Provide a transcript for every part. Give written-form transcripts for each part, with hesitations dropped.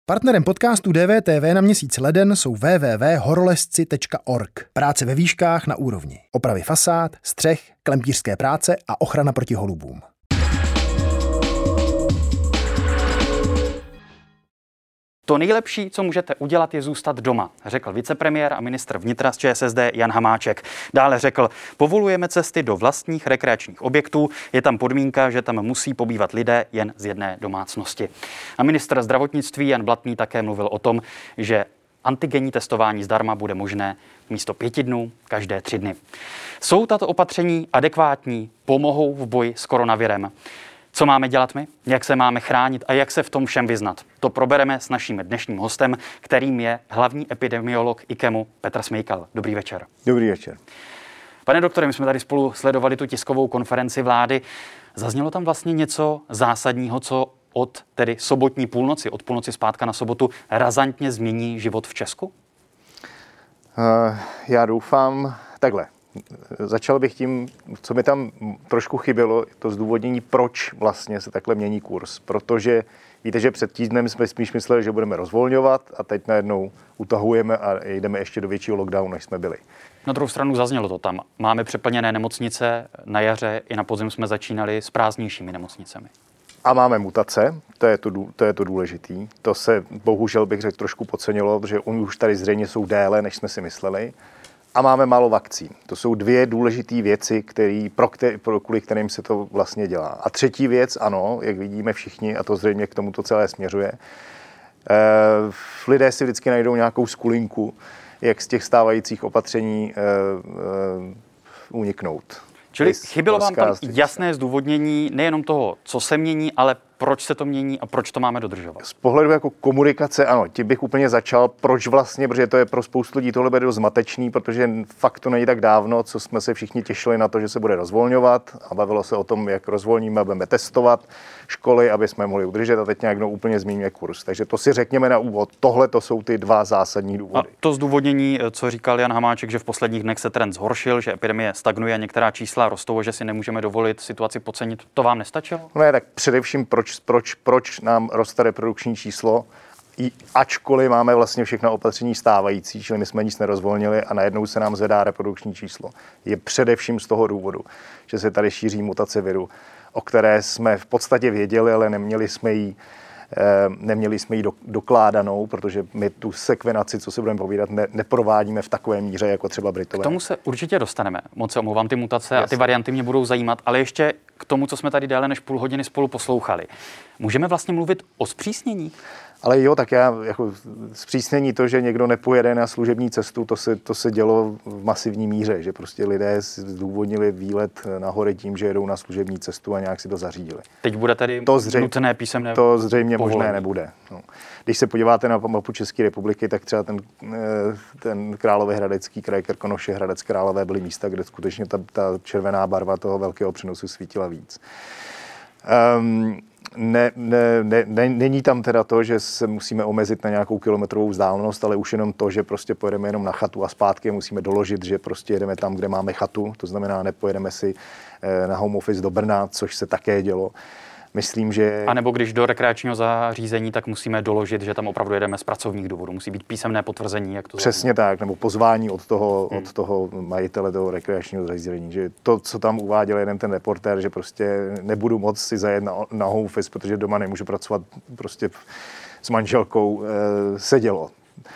Partnerem podcastu DVTV na měsíc leden jsou www.horolezci.org. Práce ve výškách na úrovni. Opravy fasád, střech, klempířské práce a ochrana proti holubům. To nejlepší, co můžete udělat, je zůstat doma, řekl vicepremiér a ministr vnitra z ČSSD Jan Hamáček. Dále řekl, povolujeme cesty do vlastních rekreačních objektů, je tam podmínka, že tam musí pobývat lidé jen z jedné domácnosti. A ministr zdravotnictví Jan Blatný také mluvil o tom, že antigenní testování zdarma bude možné místo 5 dnů každé 3 dny. Jsou tato opatření adekvátní, pomohou v boji s koronavirem? Co máme dělat my? Jak se máme chránit a jak se v tom všem vyznat? To probereme s naším dnešním hostem, kterým je hlavní epidemiolog IKEMu Petr Smejkal. Dobrý večer. Dobrý večer. Pane doktore, my jsme tady spolu sledovali tu tiskovou konferenci vlády. Zaznělo tam vlastně něco zásadního, co od tedy sobotní půlnoci, od půlnoci zpátka na sobotu, razantně změní život v Česku? Já doufám takhle. Začal bych tím, co mi tam trošku chybělo, to zdůvodnění, proč vlastně se takhle mění kurz. Protože víte, že před týdnem jsme spíš mysleli, že budeme rozvolňovat a teď najednou utahujeme a jdeme ještě do většího lockdownu, než jsme byli. Na druhou stranu zaznělo to tam. Máme přeplněné nemocnice, na jaře i na podzim jsme začínali s prázdnějšími nemocnicemi. A máme mutace, to je to důležitý. To se bohužel bych řekl trošku podcenilo, protože oni už tady zřejmě jsou déle, než jsme si mysleli. A máme málo vakcín. To jsou 2 důležité věci, kvůli kterým se to vlastně dělá. A třetí věc, ano, jak vidíme všichni, a to zřejmě k tomu to celé směřuje, lidé si vždycky najdou nějakou skulinku, jak z těch stávajících opatření uniknout. Čili chybělo vám tam jasné zdůvodnění nejenom toho, co se mění, ale proč se to mění a proč to máme dodržovat? Z pohledu jako komunikace, ano, tím bych úplně začal. Proč vlastně, protože to je pro spoustu lidí tohle bude dost zmatečný, protože fakt to není tak dávno, co jsme se všichni těšili na to, že se bude rozvolňovat a bavilo se o tom, jak rozvolníme a budeme testovat školy, aby jsme mohli udržet a teď nějak úplně změníme kurz. Takže to si řekněme na úvod. Tohle to jsou ty 2 zásadní důvody. A to zdůvodnění, co říkal Jan Hamáček, že v posledních dnech se trend zhoršil, že epidemie stagnuje, některá čísla rostou, že si nemůžeme dovolit situaci podcenit, to vám nestačilo? Ne, tak především proč nám roste reprodukční číslo, ačkoliv máme vlastně všechna opatření stávající, čili my jsme nic nerozvolnili a najednou se nám zvedá reprodukční číslo. Je především z toho důvodu, že se tady šíří mutace viru, o které jsme v podstatě věděli, ale neměli jsme ji dokládanou, protože my tu sekvenaci, co si budeme povídat, neprovádíme v takové míře, jako třeba Britové. K tomu se určitě dostaneme. Moc se omlouvám, ty mutace a ty varianty mě budou zajímat, ale ještě k tomu, co jsme tady déle než půl hodiny spolu poslouchali. Můžeme vlastně mluvit o zpřísnění? Ale jo, tak já jako zpřísnění to, že někdo nepojede na služební cestu, to se dělo v masivní míře, že prostě lidé zdůvodnili výlet na hory tím, že jedou na služební cestu a nějak si to zařídili. Teď bude tedy nutné písemné to zřejmě povolení. Možné nebude. No. Když se podíváte na mapu České republiky, tak třeba ten Královéhradecký kraj, Krkonoše, Hradec Králové byly místa, kde skutečně ta červená barva toho velkého přenosu svítila víc. Není tam teda to, že se musíme omezit na nějakou kilometrovou vzdálenost, ale už jenom to, že prostě pojedeme jenom na chatu a zpátky musíme doložit, že prostě jedeme tam, kde máme chatu, to znamená nepojedeme si na home office do Brna, což se také dělo. Myslím, že... A nebo když do rekreačního zařízení, tak musíme doložit, že tam opravdu jedeme z pracovních důvodů. Musí být písemné potvrzení, jak to přesně tak, nebo pozvání od toho majitele toho rekreačního zařízení. Že to, co tam uváděl jeden ten reportér, že prostě nebudu moc si zajet na home office, protože doma nemůžu pracovat prostě s manželkou, se dělo.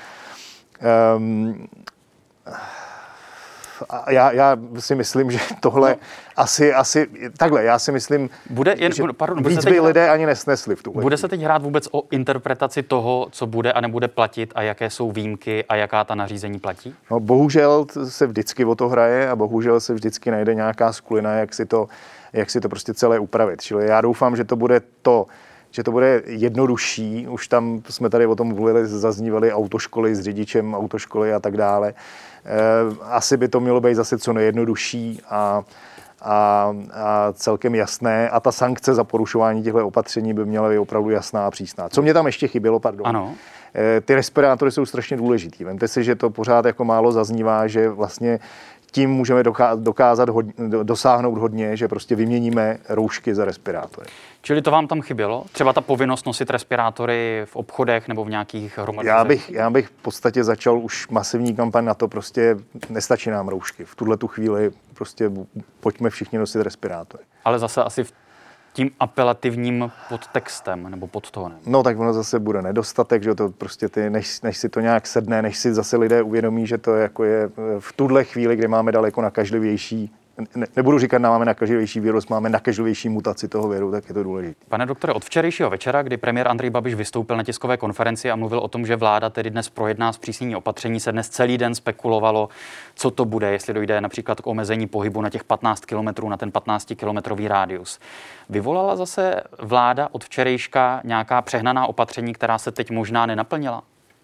Já si myslím, že tohle asi takhle, já si myslím, že víc by lidé ani nesnesli v tuhle. Bude se teď hrát vůbec o interpretaci toho, co bude a nebude platit a jaké jsou výjimky a jaká ta nařízení platí? No, bohužel se vždycky o to hraje a bohužel se vždycky najde nějaká skulina, jak si to prostě celé upravit. Čili já doufám, že to bude jednodušší. Už tam jsme tady o tom mluvili, zaznívali autoškoly s řidičem autoškoly a tak dále. Asi by to mělo být zase co nejjednodušší a celkem jasné. A ta sankce za porušování těchto opatření by měla být opravdu jasná a přísná. Co mě tam ještě chybělo, Ano. Ty respirátory jsou strašně důležitý. Vemte si, že to pořád jako málo zaznívá, že vlastně tím můžeme dosáhnout hodně, že prostě vyměníme roušky za respirátory. Čili to vám tam chybělo? Třeba ta povinnost nosit respirátory v obchodech nebo v nějakých hromadných Já bych v podstatě začal už masivní kampaň na to, prostě nestačí nám roušky. V tuhle tu chvíli prostě pojďme všichni nosit respirátory. Ale zase asi tím apelativním podtextem nebo podtónem. No tak ono zase bude nedostatek, že to prostě než si to nějak sedne, než si zase lidé uvědomí, že to jako je v tuhle chvíli, kdy máme daleko nakažlivější, nebudu říkat, máme nakažlivější virus, máme nakažlivější mutaci toho viru, tak je to důležité. Pane doktore, od včerejšího večera, kdy premiér Andrej Babiš vystoupil na tiskové konferenci a mluvil o tom, že vláda tedy dnes projedná zpřísnění opatření, se dnes celý den spekulovalo, co to bude, jestli dojde například k omezení pohybu na těch 15 kilometrů, na ten 15-kilometrový rádius. Vyvolala zase vláda od včerejška nějaká přehnaná opatření, která se teď možná nenaplnila?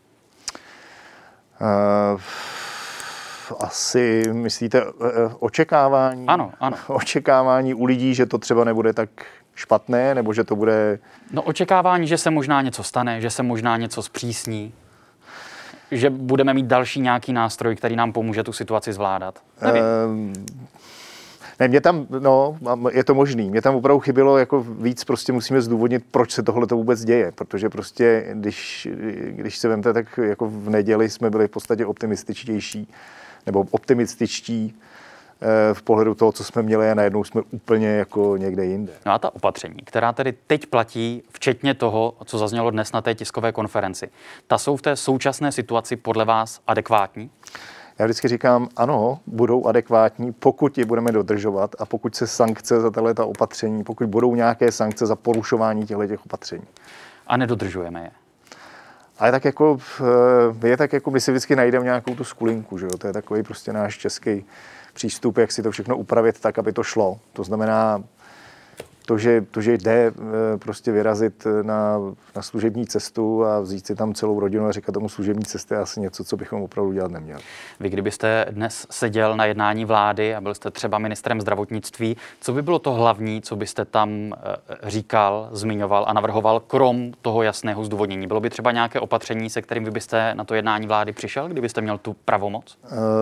Asi myslíte očekávání? Ano. Očekávání u lidí, že to třeba nebude tak špatné, nebo že to bude... No očekávání, že se možná něco stane, že se možná něco zpřísní, že budeme mít další nějaký nástroj, který nám pomůže tu situaci zvládat. Ne, je to možný. Mě tam opravdu chybělo jako víc, prostě musíme zdůvodnit, proč se tohle to vůbec děje, protože prostě, když se vemte, tak jako v neděli jsme byli v podstatě optimističtější, nebo optimističtí v pohledu toho, co jsme měli, a najednou jsme úplně jako někde jinde. No a ta opatření, která tedy teď platí, včetně toho, co zaznělo dnes na té tiskové konferenci, ta jsou v té současné situaci podle vás adekvátní? Já vždycky říkám, ano, budou adekvátní, pokud je budeme dodržovat a pokud se sankce za tato opatření, pokud budou nějaké sankce za porušování těchto opatření. A nedodržujeme je. A je tak jako my si vždycky najdeme nějakou tu skulinku, že jo? To je takový prostě náš český přístup, jak si to všechno upravit tak, aby to šlo. To znamená, to, že jde prostě vyrazit na služební cestu a vzít si tam celou rodinu a říkat tomu služební cesty, je asi něco, co bychom opravdu dělat neměli. Vy, kdybyste dnes seděl na jednání vlády a byl jste třeba ministrem zdravotnictví, co by bylo to hlavní, co byste tam říkal, zmiňoval a navrhoval, krom toho jasného zdůvodnění? Bylo by třeba nějaké opatření, se kterým vy byste na to jednání vlády přišel, kdybyste měl tu pravomoc?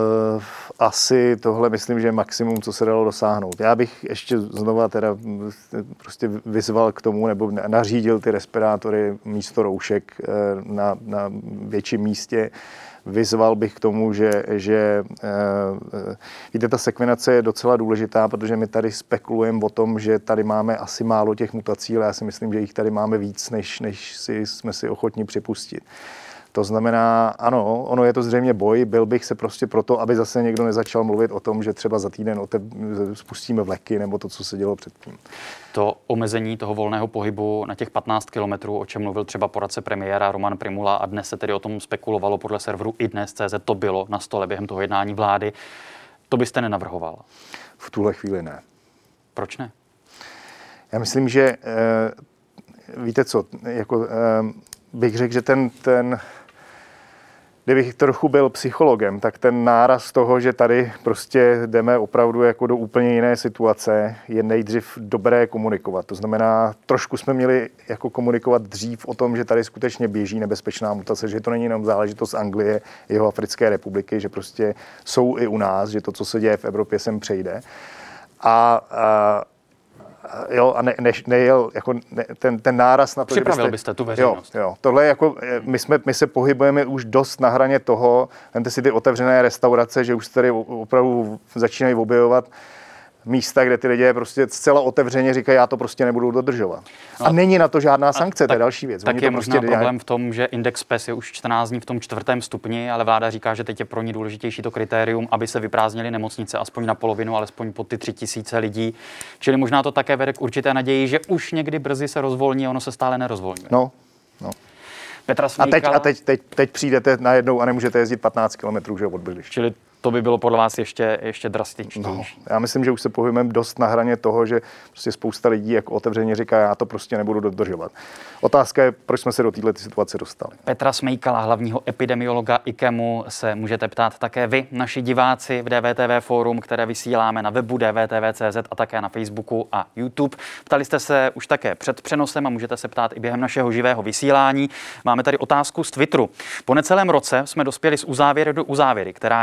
Asi tohle myslím, že je maximum, co se dalo dosáhnout. Já bych ještě znova teda prostě vyzval k tomu, nebo nařídil ty respirátory místo roušek na větším místě. Vyzval bych k tomu, že víte, ta sekvenace je docela důležitá, protože my tady spekulujeme o tom, že tady máme asi málo těch mutací, ale já si myslím, že jich tady máme víc, než jsme si ochotni připustit. To znamená, ano, ono je to zřejmě boj, byl bych se prostě proto, aby zase někdo nezačal mluvit o tom, že třeba za týden spustíme vleky, nebo to, co se dělo předtím. To omezení toho volného pohybu na těch 15 kilometrů, o čem mluvil třeba poradce premiéra Roman Prymula, a dnes se tedy o tom spekulovalo podle serveru iDnes.cz, to bylo na stole během toho jednání vlády. To byste nenavrhoval? V tuhle chvíli ne. Proč ne? Já myslím, že víte co, jako bych řekl, že kdybych trochu byl psychologem, tak ten náraz toho, že tady prostě jdeme opravdu jako do úplně jiné situace, je nejdřív dobré komunikovat. To znamená, trošku jsme měli jako komunikovat dřív o tom, že tady skutečně běží nebezpečná mutace, že to není jenom záležitost Anglie, Jihoafrické republiky, že prostě jsou i u nás, že to, co se děje v Evropě, sem přejde. Nejel jako ten náraz na to, připravil byste tu veřejnost. Jo. Tohle jako my se pohybujeme už dost na hraně toho, vemte si ty otevřené restaurace, že už se tady opravdu začínají objevovat místa, kde ty lidé prostě zcela otevřeně říkají, já to prostě nebudu dodržovat. No, a není na to žádná sankce, to je další věc. Tak je možná problém v tom, že index PES je už 14 dní v tom 4. stupni, ale vláda říká, že teď je pro ní důležitější to kritérium, aby se vyprázdnily nemocnice aspoň na polovinu, alespoň pod ty 3000 lidí. Čili možná to také vede k určité naději, že už někdy brzy se rozvolní, ono se stále nerozvolňuje. No. Petra Smejkala... A teď přijdete najednou a nemůžete jezdit 15 kilometrů, že od bydliště. Čili to by bylo podle vás ještě drastičtější. No, já myslím, že už se pohybujeme dost na hraně toho, že prostě spousta lidí jako otevřeně říká, já to prostě nebudu dodržovat. Otázka je, proč jsme se do této situace dostali. Petra Smejkala, hlavního epidemiologa IKEMu, se můžete ptát také vy, naši diváci v DVTV Forum, které vysíláme na webu dvtv.cz a také na Facebooku a YouTube. Ptali jste se už také před přenosem a můžete se ptát i během našeho živého vysílání. Máme tady otázku z Twitteru. Po necelém roce jsme dospěli z uzávěry do uzávěry, která ničí mnoha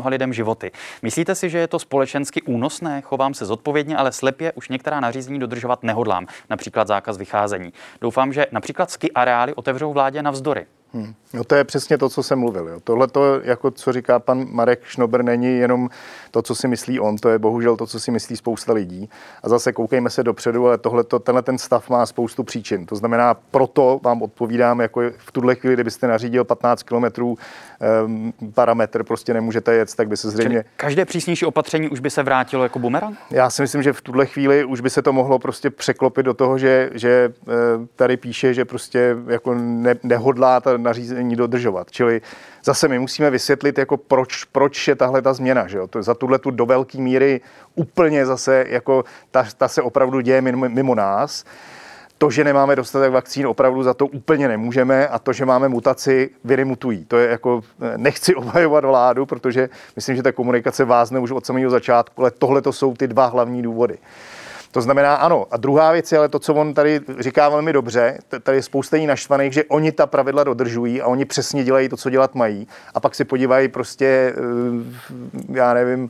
mnoha lidem životy. Myslíte si, že je to společensky únosné? Chovám se zodpovědně, ale slepě už některá nařízení dodržovat nehodlám, například zákaz vycházení. Doufám, že například ski areály otevřou vládě navzdory. No to je přesně to, co jsem mluvil. Jo. Tohle to, jako co říká pan Marek Šnobr, není jenom to, co si myslí on, to je bohužel to, co si myslí spousta lidí. A zase koukejme se dopředu, ale tenhle ten stav má spoustu příčin. To znamená, proto vám odpovídám, jako v tuhle chvíli, kdybyste nařídil 15 kilometrů parametr, prostě nemůžete jet, tak by se zřejmě... Čili každé přísnější opatření už by se vrátilo jako bumerang? Já si myslím, že v tuhle chvíli už by se to mohlo prostě překlopit do toho, že tady píše, že prostě jako nehodlá ta nařízení dodržovat. Čili zase my musíme vysvětlit, jako proč je tahle ta změna. Že jo? Za tuhletu do velké míry úplně zase jako ta se opravdu děje mimo nás. To, že nemáme dostatek vakcín, opravdu za to úplně nemůžeme a to, že máme mutaci, viry mutují. To je jako, nechci obhajovat vládu, protože myslím, že ta komunikace vázne už od samého začátku, ale tohle to jsou ty dva hlavní důvody. To znamená ano. A druhá věc je ale to, co on tady říká velmi dobře, tady je spousta jí naštvaných, že oni ta pravidla dodržují a oni přesně dělají to, co dělat mají a pak si podívají prostě, já nevím,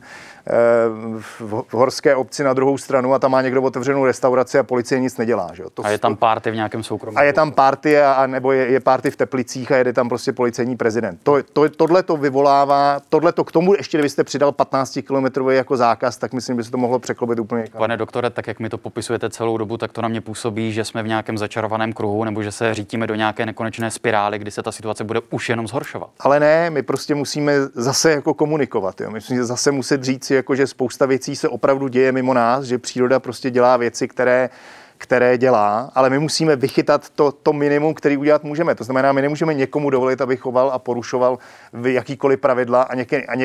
v horské obci na druhou stranu a tam má někdo otevřenou restauraci a policie nic nedělá. Že jo? A je tam party v nějakém soukromém. A je tam party, nebo je party v Teplicích a jede tam prostě policejní prezident. Tohle to vyvolává, tohle to k tomu ještě, kdybyste přidal 15-kilometrový jako zákaz, tak myslím, že se to mohlo překlopit úplně někam. Pane doktore, tak jak mi to popisujete celou dobu, tak to na mě působí, že jsme v nějakém začarovaném kruhu nebo že se řítíme do nějaké nekonečné spirály, kdy se ta situace bude už jenom zhoršovat. Ale ne, my prostě musíme zase jako komunikovat. Jo? My musíme zase muset říct, jako, že spousta věcí se opravdu děje mimo nás, že příroda prostě dělá věci, které dělá, ale my musíme vychytat to minimum, který udělat můžeme. To znamená, my nemůžeme někomu dovolit, aby choval a porušoval jakýkoliv pravidla a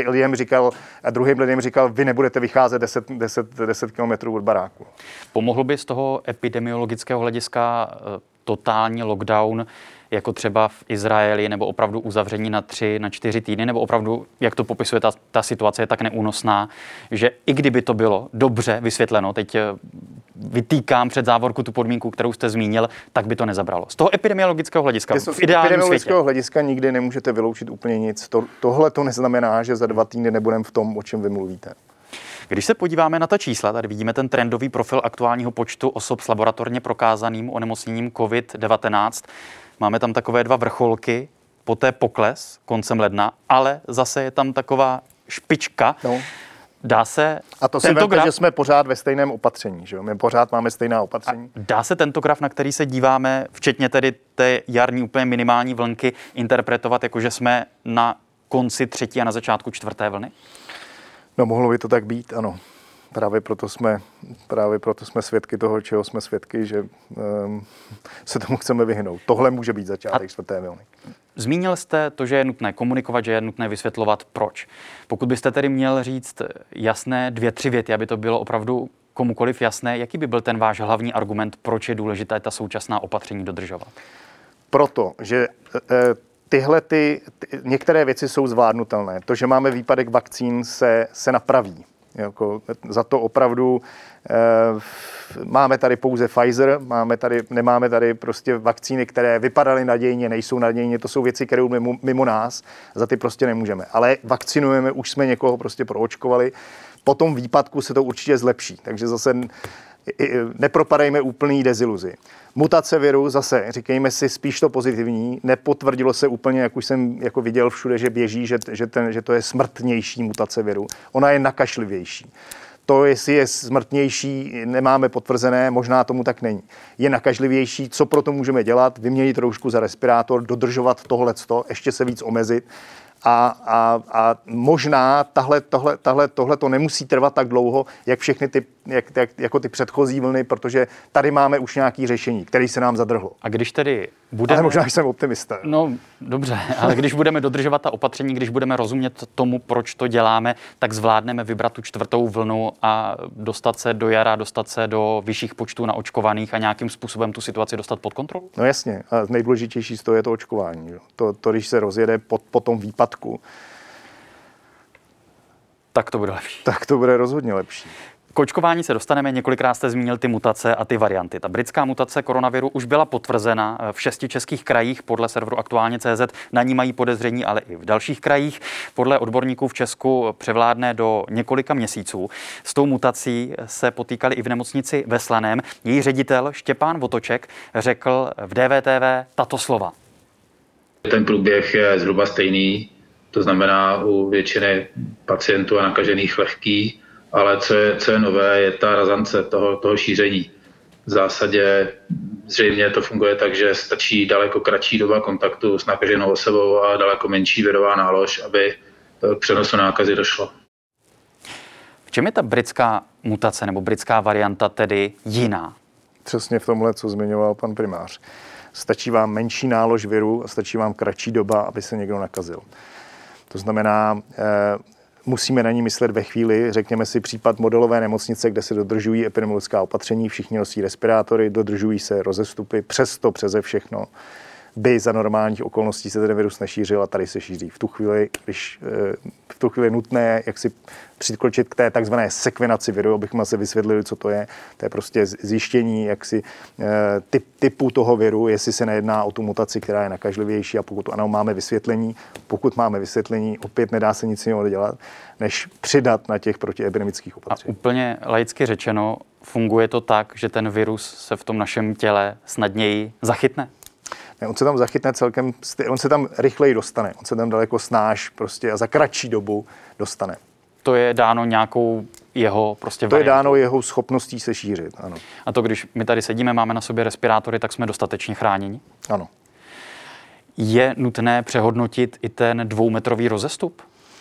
druhým lidem říkal, vy nebudete vycházet 10 kilometrů od baráku. Pomohl by z toho epidemiologického hlediska totální lockdown, jako třeba v Izraeli, nebo opravdu uzavření na 3-4 týdny, nebo opravdu, jak to popisuje, ta situace je tak neúnosná, že i kdyby to bylo dobře vysvětleno, teď vytýkám před závorku tu podmínku, kterou jste zmínil, tak by to nezabralo. Z toho epidemiologického hlediska, v ideálním světě. Hlediska nikdy nemůžete vyloučit úplně nic. Tohle to neznamená, že za 2 týdny nebudeme v tom, o čem vy mluvíte. Když se podíváme na ta čísla, tady vidíme ten trendový profil aktuálního počtu osob s laboratorně prokázaným onemocněním COVID-19. Máme tam takové 2 vrcholky, poté pokles koncem ledna, ale zase je tam taková špička. No. Dá se a to si vemte, že jsme pořád ve stejném opatření, že jo? My pořád máme stejná opatření. A dá se tento graf, na který se díváme, včetně tedy té jarní úplně minimální vlnky, interpretovat jako, že jsme na konci 3. a na začátku 4. vlny? No, mohlo by to tak být, ano. Právě proto jsme svědky toho, čeho jsme svědky, že se tomu chceme vyhnout. Tohle může být začátek 4. vlny. Zmínil jste to, že je nutné komunikovat, že je nutné vysvětlovat proč. Pokud byste tedy měl říct jasné 2-3 věty, aby to bylo opravdu komukoliv jasné, jaký by byl ten váš hlavní argument, proč je důležité ta současná opatření dodržovat? Proto, že některé věci jsou zvládnutelné. To, že máme výpadek vakcín, se napraví. Jako, za to opravdu máme tady pouze Pfizer, nemáme tady prostě vakcíny, které vypadaly nadějně, nejsou nadějně, to jsou věci, které mimo nás, za ty prostě nemůžeme. Ale vakcinujeme, už jsme někoho prostě proočkovali, po tom výpadku se to určitě zlepší, takže zase nepropadejme úplný deziluzi. Mutace viru, zase říkejme si spíš to pozitivní, nepotvrdilo se úplně, jak už jsem jako viděl všude, že běží, že to je smrtnější mutace viru. Ona je nakašlivější. To, jestli je smrtnější, nemáme potvrzené, možná tomu tak není. Je nakažlivější, co pro to můžeme dělat? Vyměnit roušku za respirátor, dodržovat tohleto, ještě se víc omezit. A možná tohle to nemusí trvat tak dlouho, jak všechny jako ty předchozí vlny, protože tady máme už nějaké řešení, které se nám zadrhlo. A když tedy budeme... Ale možná jsem optimista. No, dobře, ale když budeme dodržovat ta opatření, když budeme rozumět tomu, proč to děláme, tak zvládneme vybrat tu 4. vlnu a dostat se do jara, dostat se do vyšších počtů naočkovaných a nějakým způsobem tu situaci dostat pod kontrolu? No jasně, a nejdůležitější z toho je to očkování. Jo. To, když se rozjede po tom výpadku, tak to bude lepší. Tak to bude rozhodně lepší. K očkování se dostaneme, několikrát jste zmínil ty mutace a ty varianty. Ta britská mutace koronaviru už byla potvrzena v 6 českých krajích, podle serveru Aktuálně.cz, na ní mají podezření, ale i v dalších krajích. Podle odborníků v Česku převládne do několika měsíců. S tou mutací se potýkali i v nemocnici ve Slaném. Její ředitel Štěpán Votoček řekl v DVTV tato slova. Ten průběh je zhruba stejný, to znamená u většiny pacientů a nakažených lehký, ale co je nové, je ta razance toho šíření. V zásadě zřejmě to funguje tak, že stačí daleko kratší doba kontaktu s nakaženou osobou a daleko menší virová nálož, aby k přenosu nákazy došlo. V čem je ta britská mutace nebo britská varianta tedy jiná? Přesně v tomhle, co zmiňoval pan primář. Stačí vám menší nálož viru a stačí vám kratší doba, aby se někdo nakazil. To znamená, musíme na ní myslet ve chvíli, řekněme si případ modelové nemocnice, kde se dodržují epidemiologická opatření, všichni nosí respirátory, dodržují se rozestupy, přesto přeze všechno by za normálních okolností se ten virus nešířil a tady se šíří. V tu chvíli, když v tu chvíli nutné, jak si přikročit k té takzvané sekvenaci viru, abychom se vysvětlili, co to je prostě zjištění jaksi typu toho viru, jestli se nejedná o tu mutaci, která je nakažlivější a pokud ano, máme vysvětlení. Pokud máme vysvětlení, opět nedá se nic jiného dělat, než přidat na těch protiepidemických opatřeních. A úplně laicky řečeno, funguje to tak, že ten virus se v tom našem těle snadněji zachytne? Ne, on se tam zachytne celkem, on se tam rychleji dostane, on se tam daleko snáš prostě a za kratší dobu dostane. To je dáno nějakou jeho prostě variantou. To je dáno jeho schopností se šířit, ano. A to, když my tady sedíme, máme na sobě respirátory, tak jsme dostatečně chráněni? Ano. Je nutné přehodnotit i ten 2metrový rozestup?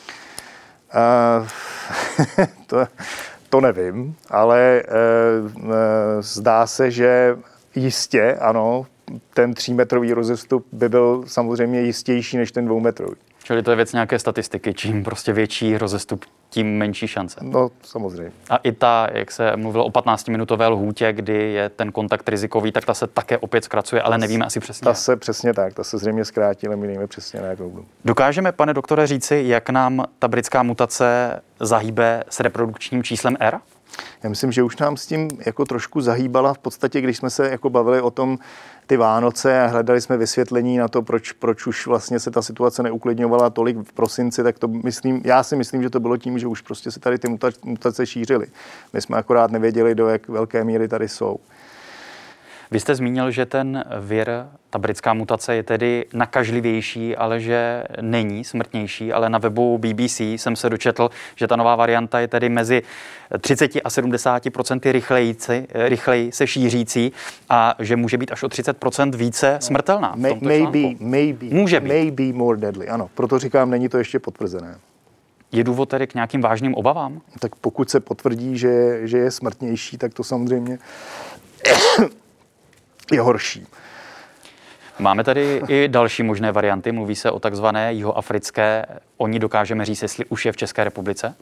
To nevím, ale zdá se, že jistě, ano, ten 3metrový rozestup by byl samozřejmě jistější než ten 2metrový. Čili to je věc nějaké statistiky, čím prostě větší rozestup, tím menší šance. No, samozřejmě. A i ta, jak se mluvilo o 15minutové lhůtě, kdy je ten kontakt rizikový, tak ta se také opět zkracuje, ale nevíme asi přesně. Ta se přesně tak, ta se zřejmě zkrátí, ale my nevíme přesně na jakou dobu. Dokážeme, pane doktore, říci, jak nám ta britská mutace zahýbe s reprodukčním číslem R? Já myslím, že už nám s tím jako trošku zahýbala v podstatě, když jsme se jako bavili o tom ty Vánoce a hledali jsme vysvětlení na to, proč už vlastně se ta situace neuklidňovala tolik v prosinci, tak to já si myslím, že to bylo tím, že už prostě se tady ty mutace šířily. My jsme akorát nevěděli, do jak velké míry tady jsou. Vy jste zmínil, že ten vir, ta britská mutace je tedy nakažlivější, ale že není smrtnější, ale na webu BBC jsem se dočetl, že ta nová varianta je tedy mezi 30 a 70% rychleji se šířící a že může být až o 30% více smrtelná. Maybe more deadly, ano. Proto říkám, není to ještě potvrzené. Je důvod tedy k nějakým vážným obavám? Tak pokud se potvrdí, že je smrtnější, tak to samozřejmě je horší. Máme tady i další možné varianty. Mluví se o takzvané jihoafrické. O ní dokážeme říct, jestli už je v České republice?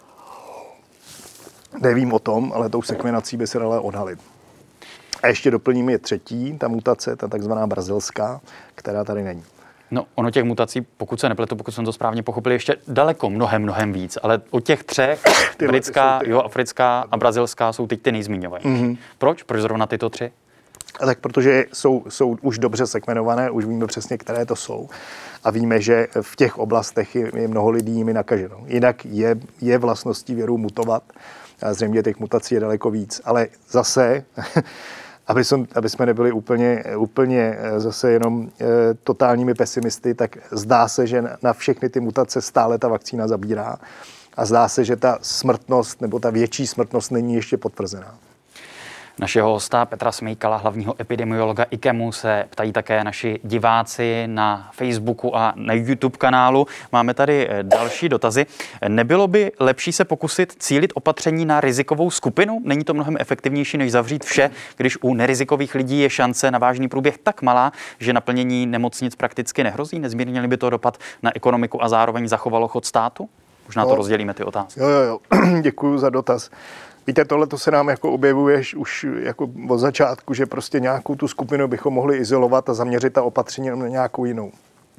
Nevím o tom, ale tou sekvenací by se dala odhalit. A ještě doplním je třetí, ta mutace, ta takzvaná brazilská, která tady není. No, ono těch mutací, pokud se nepletu, pokud jsem to správně pochopil, ještě daleko mnohem víc, ale o těch třech, britská, jihoafrická a brazilská, jsou teď ty nejzmíněnější. Mm-hmm. Proč? Proč zrovna tyto tři? A tak protože jsou už dobře sekvenované, už víme přesně, které to jsou. A víme, že v těch oblastech je mnoho lidí jimi nakaženo. Jinak je vlastností viru mutovat. A zřejmě těch mutací je daleko víc. Ale zase, aby jsme nebyli úplně zase jenom totálními pesimisty, tak zdá se, že na všechny ty mutace stále ta vakcína zabírá. A zdá se, že ta smrtnost nebo ta větší smrtnost není ještě potvrzená. Našeho hosta Petra Smejkala, hlavního epidemiologa IKEMu, se ptají také naši diváci na Facebooku a na YouTube kanálu. Máme tady další dotazy. Nebylo by lepší se pokusit cílit opatření na rizikovou skupinu? Není to mnohem efektivnější, než zavřít vše, když u nerizikových lidí je šance na vážný průběh tak malá, že naplnění nemocnic prakticky nehrozí? Nezmírnili by to dopad na ekonomiku a zároveň zachovalo chod státu? Možná to rozdělíme ty otázky. Jo. Děkuji za dotaz. Víte, tohle to se nám jako objevuje už jako od začátku, že prostě nějakou tu skupinu bychom mohli izolovat a zaměřit ta opatření na nějakou jinou.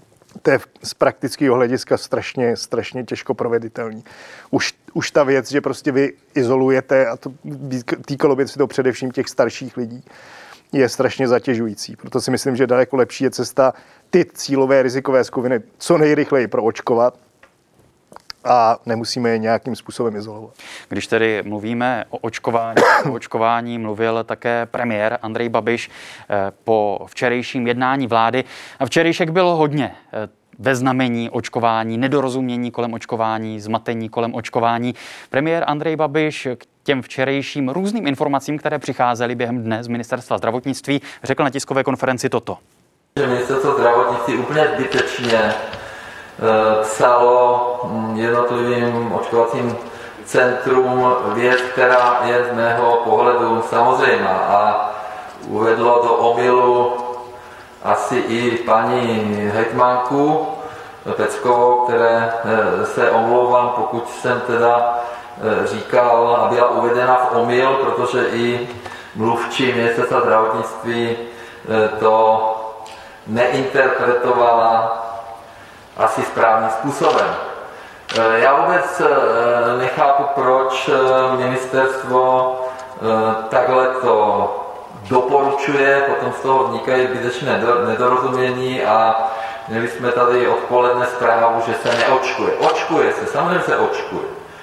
to je z praktického hlediska strašně těžko proveditelný. Už ta věc, že prostě vy izolujete, a to týkalo by se to především těch starších lidí, je strašně zatěžující. Proto si myslím, že daleko lepší je cesta ty cílové rizikové skupiny co nejrychleji proočkovat a nemusíme je nějakým způsobem izolovat. Když tedy mluvíme o očkování mluvil také premiér Andrej Babiš po včerejším jednání vlády. A včerejšek bylo hodně ve znamení očkování, nedorozumění kolem očkování, zmatení kolem očkování. Premiér Andrej Babiš k těm včerejším různým informacím, které přicházely během dne z ministerstva zdravotnictví, řekl na tiskové konferenci toto. Ministerstvo zdravotnictví úplně zbytečně psalo jednotlivým očkovacím centrum věc, která je z mého pohledu samozřejmá a uvedlo do omylu asi i paní hejtmanku Peckovou, které se omlouvám, pokud jsem teda říkal a byla uvedena v omyl, protože i mluvčí ministerstva zdravotnictví to neinterpretovala asi správným způsobem. Já vůbec nechápu, proč ministerstvo takhle to doporučuje, potom z toho vznikají zbytečné nedorozumění a měli jsme tady odpoledne zprávu, že se neočkuje. Očkuje se, samozřejmě se očkuje.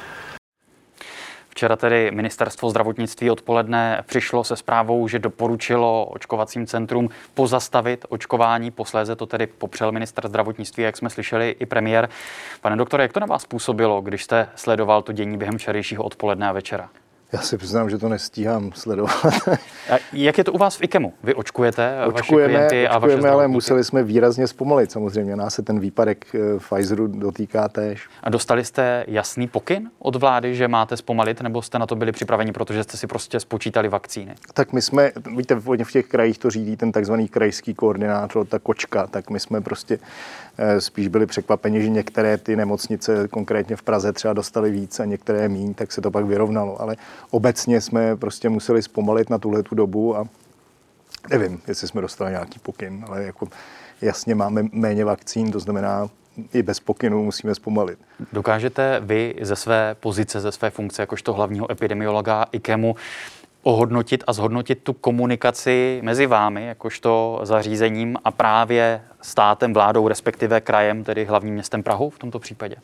Včera tedy ministerstvo zdravotnictví odpoledne přišlo se zprávou, že doporučilo očkovacím centrum pozastavit očkování. Posléze to tedy popřel ministr zdravotnictví, jak jsme slyšeli i premiér. Pane doktore, jak to na vás působilo, když jste sledoval to dění během včerejšího odpoledne a večera? Já si přiznám, že to nestíhám sledovat. A jak je to u vás v IKEMu? Vy očkujete vaše klienty a vaše ale museli jsme výrazně zpomalit samozřejmě. Nás se ten výpadek Pfizeru dotýká též. A dostali jste jasný pokyn od vlády, že máte zpomalit, nebo jste na to byli připraveni, protože jste si prostě spočítali vakcíny? Tak my jsme, víte, v těch krajích to řídí ten takzvaný krajský koordinátor, ta kočka, tak my jsme prostě spíš byli překvapeni, že některé ty nemocnice, konkrétně v Praze, třeba dostaly víc a některé míň, tak se to pak vyrovnalo. Ale obecně jsme prostě museli zpomalit na tuhletu dobu a nevím, jestli jsme dostali nějaký pokyn, ale jako jasně máme méně vakcín, to znamená, i bez pokynu musíme zpomalit. Dokážete vy ze své pozice, ze své funkce jakožto hlavního epidemiologa IKEMu ohodnotit a zhodnotit tu komunikaci mezi vámi, jakožto zařízením a právě státem, vládou, respektive krajem, tedy hlavním městem Prahou v tomto případě?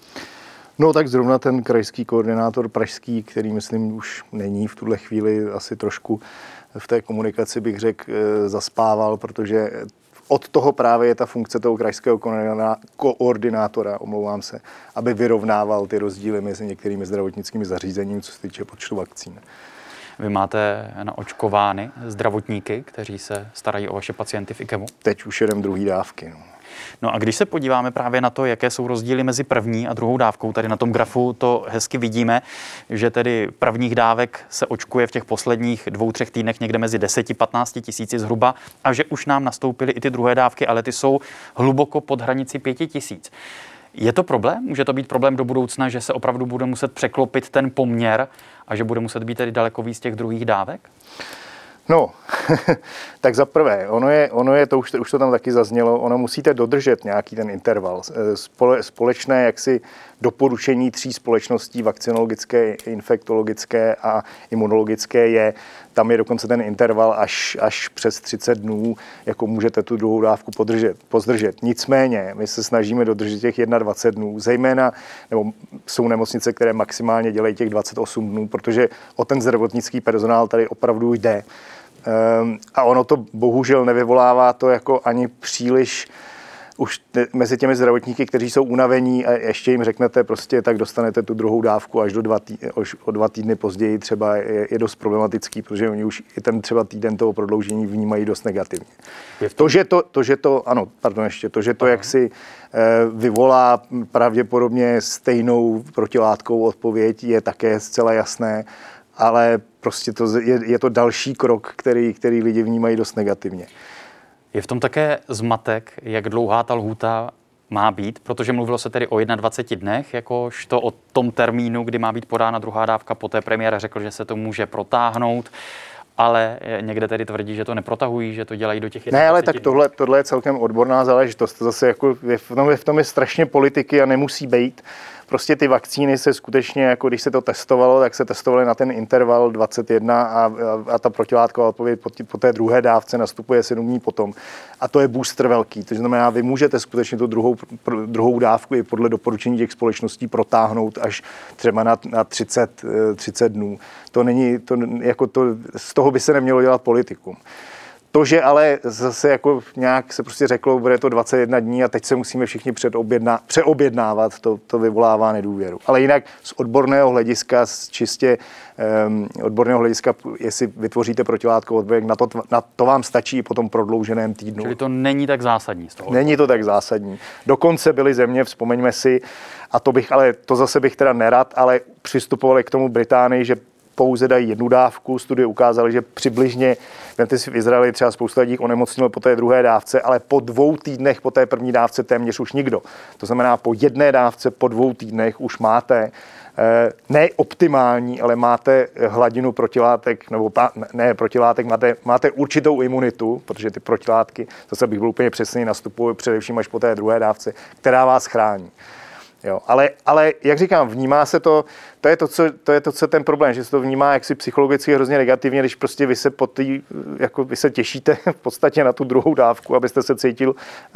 No tak zrovna ten krajský koordinátor pražský, který myslím už není v tuhle chvíli asi trošku v té komunikaci, bych řekl, zaspával, protože od toho právě je ta funkce toho krajského koordinátora, omlouvám se, aby vyrovnával ty rozdíly mezi některými zdravotnickými zařízeními, co se týče počtu vakcín. Vy máte naočkovány zdravotníky, kteří se starají o vaše pacienty v IKEMu? Teď už jedem druhý dávky. No a když se podíváme právě na to, jaké jsou rozdíly mezi první a druhou dávkou, tady na tom grafu to hezky vidíme, že tedy prvních dávek se očkuje v těch posledních 2-3 týdnech někde mezi 10-15 tisíci zhruba a že už nám nastoupily i ty druhé dávky, ale ty jsou hluboko pod hranici 5 tisíc. Je to problém? Může to být problém do budoucna, že se opravdu bude muset překlopit ten poměr a že bude muset být tedy daleko víc těch druhých dávek? No, tak za prvé, ono je to už to tam taky zaznělo, ono musíte dodržet nějaký ten interval. Společné jaksi doporučení 3 společností, vakcinologické, infektologické a imunologické tam je dokonce ten interval až přes 30 dnů, jako můžete tu druhou dávku pozdržet. Nicméně, my se snažíme dodržet těch 21 dnů, zejména, nebo jsou nemocnice, které maximálně dělají těch 28 dnů, protože o ten zdravotnický personál tady opravdu jde. A ono to bohužel nevyvolává to jako ani příliš už mezi těmi zdravotníky, kteří jsou unavení a ještě jim řeknete prostě, tak dostanete tu druhou dávku až o 2 týdny později třeba je dost problematický, protože oni už i ten třeba týden toho prodloužení vnímají dost negativně. To, že to jaksi vyvolá pravděpodobně stejnou protilátkovou odpověď, je také zcela jasné, ale prostě je to další krok, který lidi vnímají dost negativně. Je v tom také zmatek, jak dlouhá ta lhůta má být, protože mluvilo se tedy o 21 dnech, jakožto o tom termínu, kdy má být podána druhá dávka, poté premiér řekl, že se to může protáhnout ale někde tedy tvrdí, že to neprotahují, že to dělají do těch 21. Ne, ale tak tohle je celkem odborná záležitost. To zase jako v tom je strašně politiky a nemusí být. Prostě ty vakcíny se skutečně, jako když se to testovalo, tak se testovaly na ten interval 21 a ta protilátková odpověď po té druhé dávce nastupuje 7 dní potom. A to je booster velký. To znamená, vy můžete skutečně tu druhou dávku i podle doporučení těch společností protáhnout až třeba na 30 dnů. Z toho by se nemělo dělat politikum. To, že ale zase jako nějak se prostě řeklo, bude to 21 dní a teď se musíme všichni přeobjednávat, to vyvolává nedůvěru. Ale jinak z odborného hlediska, odborného hlediska, jestli vytvoříte protilátkovou odpověď, na to vám stačí i po tom prodlouženém týdnu. Čili to není tak zásadní z toho. Není to tak zásadní. Dokonce byly země, vzpomeňme si, a to zase bych teda nerad, ale přistupovali k tomu Británii, že pouze dají jednu dávku. Studie ukázaly, že přibližně, vemte si v Izraeli třeba spousta lidí onemocnilo po té druhé dávce, ale po 2 týdnech po té první dávce téměř už nikdo. To znamená, po jedné dávce po 2 týdnech už máte ne optimální, ale máte hladinu protilátek, nebo ne protilátek, máte určitou imunitu, protože ty protilátky, zase bych byl úplně přesný, nastupují především až po té druhé dávce, která vás chrání. Jo, ale jak říkám, vnímá se to je to, co ten problém, že se to vnímá jaksi psychologicky hrozně negativně, když prostě vy se těšíte v podstatě na tu druhou dávku, abyste se cítil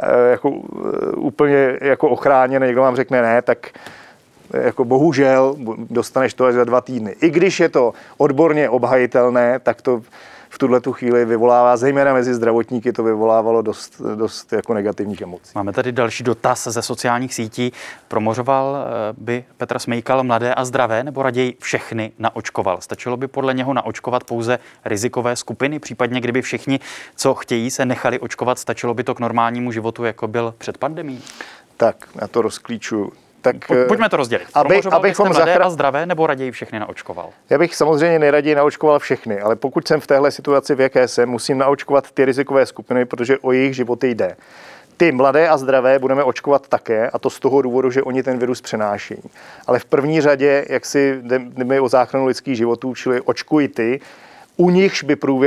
úplně jako ochráněn, někdo vám řekne ne, tak jako bohužel dostaneš to až za 2 týdny. I když je to odborně obhajitelné, tak to v tuhletu chvíli vyvolává, zejména mezi zdravotníky, to vyvolávalo dost jako negativních emocí. Máme tady další dotaz ze sociálních sítí. Promořoval by Petr Smejkal mladé a zdravé, nebo raději všechny naočkoval? Stačilo by podle něho naočkovat pouze rizikové skupiny? Případně kdyby všichni, co chtějí, se nechali očkovat, stačilo by to k normálnímu životu, jako byl před pandemií? Tak, já to rozklíčuju. Tak, pojďme to rozdělit. Promořoval byste mladé a zdravé, nebo raději všechny naočkoval? Já bych samozřejmě nejraději naočkoval všechny, ale pokud jsem v téhle situaci, v jaké jsem, musím naočkovat ty rizikové skupiny, protože o jejich životy jde. Ty mladé a zdravé budeme očkovat také, a to z toho důvodu, že oni ten virus přenášejí. Ale v první řadě, jak si jdeme o záchranu lidských životů, čili očkuj ty, u nichž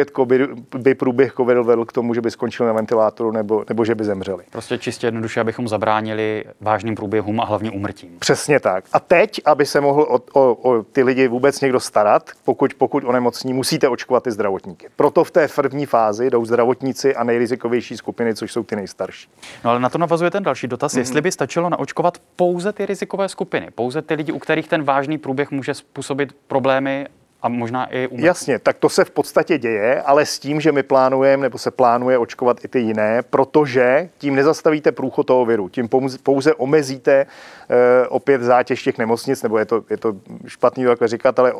by průběh covidu vedl k tomu, že by skončili na ventilátoru nebo že by zemřeli. Prostě čistě jednoduše, abychom zabránili vážným průběhům a hlavně úmrtím. Přesně tak. A teď, aby se mohl o ty lidi vůbec někdo starat, pokud onemocní, musíte očkovat ty zdravotníky. Proto v té první fázi jdou zdravotníci a nejrizikovější skupiny, což jsou ty nejstarší. No ale na to navazuje ten další dotaz, jestli by stačilo naočkovat pouze ty rizikové skupiny, pouze ty lidi, u kterých ten vážný průběh může způsobit problémy a možná i úmrtí. Jasně, tak to se v podstatě děje, ale s tím, že my plánujeme, nebo se plánuje očkovat i ty jiné, protože tím nezastavíte průchod toho viru, tím pouze omezíte opět zátěž těch nemocnic, nebo je to špatný takhle říkat, ale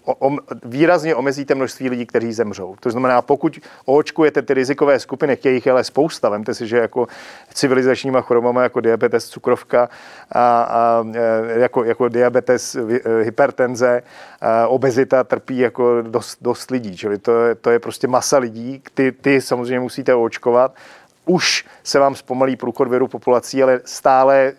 výrazně omezíte množství lidí, kteří zemřou. To znamená, pokud oočkujete ty rizikové skupiny, těch je ale spousta, vemte si, že jako civilizačníma chorobama jako diabetes, cukrovka a jako diabetes, hypertenze, obezita trpí jako dost lidí, čili to je prostě masa lidí, ty samozřejmě musíte oočkovat. Už se vám zpomalí průchod viru populací, ale stále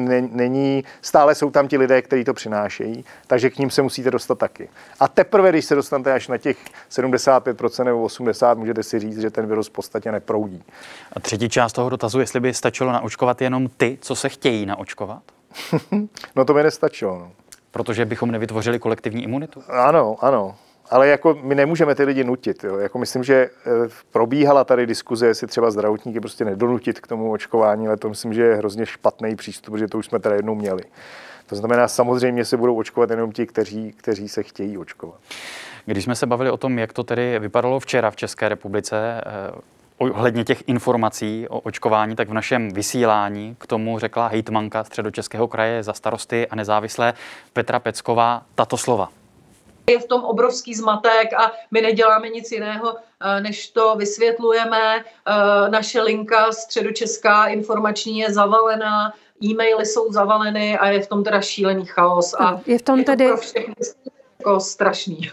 stále jsou tam ti lidé, kteří to přinášejí, takže k ním se musíte dostat taky. A teprve, když se dostanete až na těch 75% nebo 80%, můžete si říct, že ten virus v podstatě neproudí. A třetí část toho dotazu, jestli by stačilo naočkovat jenom ty, co se chtějí naočkovat? No to by nestačilo. No. Protože bychom nevytvořili kolektivní imunitu? Ano. Ale jako my nemůžeme ty lidi nutit. Jo. Jako myslím, že probíhala tady diskuze, jestli třeba zdravotníky prostě nedonutit k tomu očkování, ale to myslím, že je hrozně špatný přístup, protože to už jsme tady jednou měli. To znamená, samozřejmě se budou očkovat jenom ti, kteří se chtějí očkovat. Když jsme se bavili o tom, jak to tedy vypadalo včera v České republice, ohledně těch informací o očkování, tak v našem vysílání k tomu řekla hejtmanka Středočeského kraje za Starosty a nezávislé Petra Pecková tato slova. Je v tom obrovský zmatek a my neděláme nic jiného, než to vysvětlujeme. Naše linka Středočeská informační je zavalená, e-maily jsou zavaleny a je v tom teda šílený chaos. A je v tom tedy pro všechny jako strašný.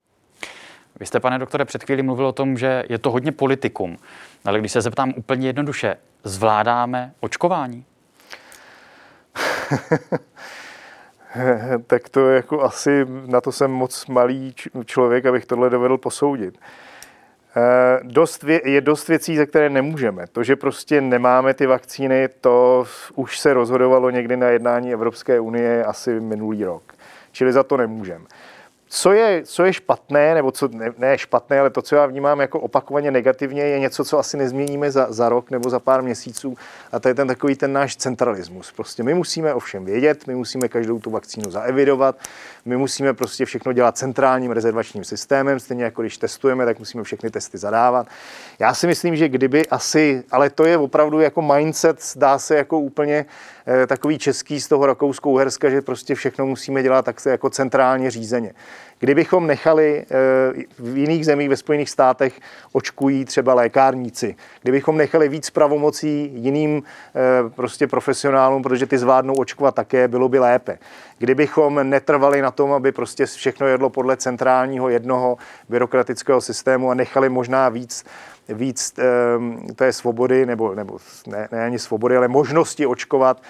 Vy jste, pane doktore, před chvílí mluvil o tom, že je to hodně politikum. Ale když se zeptám úplně jednoduše, zvládáme očkování? Tak to jako asi, na to jsem moc malý člověk, abych tohle dovedl posoudit. Je dost věcí, za které nemůžeme. To, že prostě nemáme ty vakcíny, to už se rozhodovalo někdy na jednání Evropské unie asi minulý rok. Čili za to nemůžeme. Co je špatné, nebo co ne špatné, ale to, co já vnímám jako opakovaně negativně, je něco, co asi nezměníme za rok nebo za pár měsíců, a to je ten náš centralismus. Prostě my musíme ovšem vědět, my musíme každou tu vakcínu zaevidovat, my musíme prostě všechno dělat centrálním rezervačním systémem, stejně jako když testujeme, tak musíme všechny testy zadávat. Já si myslím, že kdyby asi, ale to je opravdu jako mindset, zdá se jako úplně takový český z toho Rakousko-Uherska, že prostě všechno musíme dělat tak jako centrálně řízeně. Kdybychom nechali v jiných zemích, ve Spojených státech očkují třeba lékárníci, kdybychom nechali víc pravomocí jiným prostě profesionálům, protože ty zvládnou očkovat také, bylo by lépe. Kdybychom netrvali na tom, aby prostě všechno jedlo podle centrálního jednoho byrokratického systému a nechali možná víc té svobody, nebo ne ani svobody, ale možnosti očkovat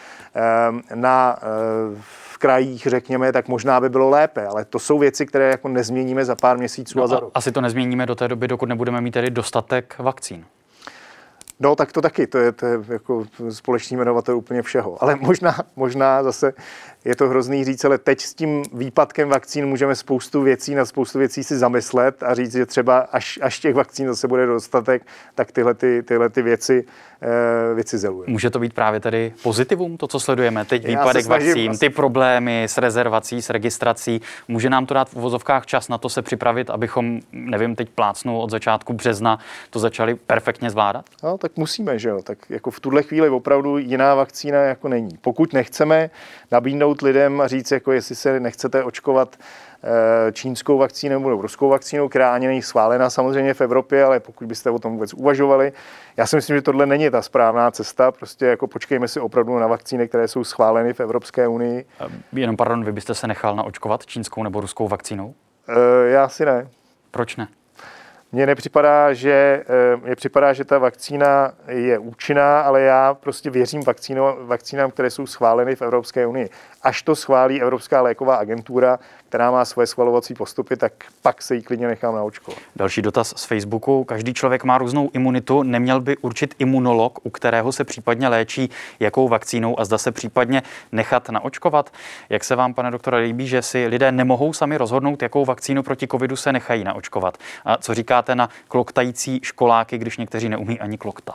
v krajích, řekněme, tak možná by bylo lépe, ale to jsou věci, které jako nezměníme za pár měsíců a za rok. Asi to nezměníme do té doby, dokud nebudeme mít tedy dostatek vakcín. No, tak to taky, to je jako společný jmenovatel úplně všeho. Ale možná zase je to hrozný říct, ale teď s tím výpadkem vakcín můžeme na spoustu věcí si zamyslet a říct, že třeba až těch vakcín zase bude dostatek, tak tyhle věci zelujeme. Může to být právě tedy pozitivum, to, co sledujeme teď, výpadek vakcín, ty problémy s rezervací, s registrací. Může nám to dát v uvozovkách čas na to se připravit, abychom, nevím, teď plácnou od začátku března to začali perfektně zvládat? No, tak musíme, že jo. Tak jako v tuhle chvíli opravdu jiná vakcína jako není. Pokud nechceme nabídnout lidem a říct, jako jestli se nechcete očkovat čínskou vakcínou nebo ruskou vakcínou, která ani není schválená samozřejmě v Evropě, ale pokud byste o tom vůbec uvažovali, já si myslím, že tohle není ta správná cesta. Prostě jako počkejme si opravdu na vakcíny, které jsou schváleny v Evropské unii. Jenom pardon, vy byste se nechal naočkovat čínskou nebo ruskou vakcínou? Já si ne. Proč ne? Mně připadá, že ta vakcína je účinná, ale já prostě věřím vakcínám, které jsou schváleny v Evropské unii. Až to schválí Evropská léková agentura, která má svoje schvalovací postupy, tak pak se jí klidně nechám naočkovat. Další dotaz z Facebooku. Každý člověk má různou imunitu. Neměl by určit imunolog, u kterého se případně léčí, jakou vakcínou a zda se případně nechat naočkovat? Jak se vám, pane doktore, líbí, že si lidé nemohou sami rozhodnout, jakou vakcínu proti covidu se nechají naočkovat? A co říkáte na kloktající školáky, když někteří neumí ani kloktat?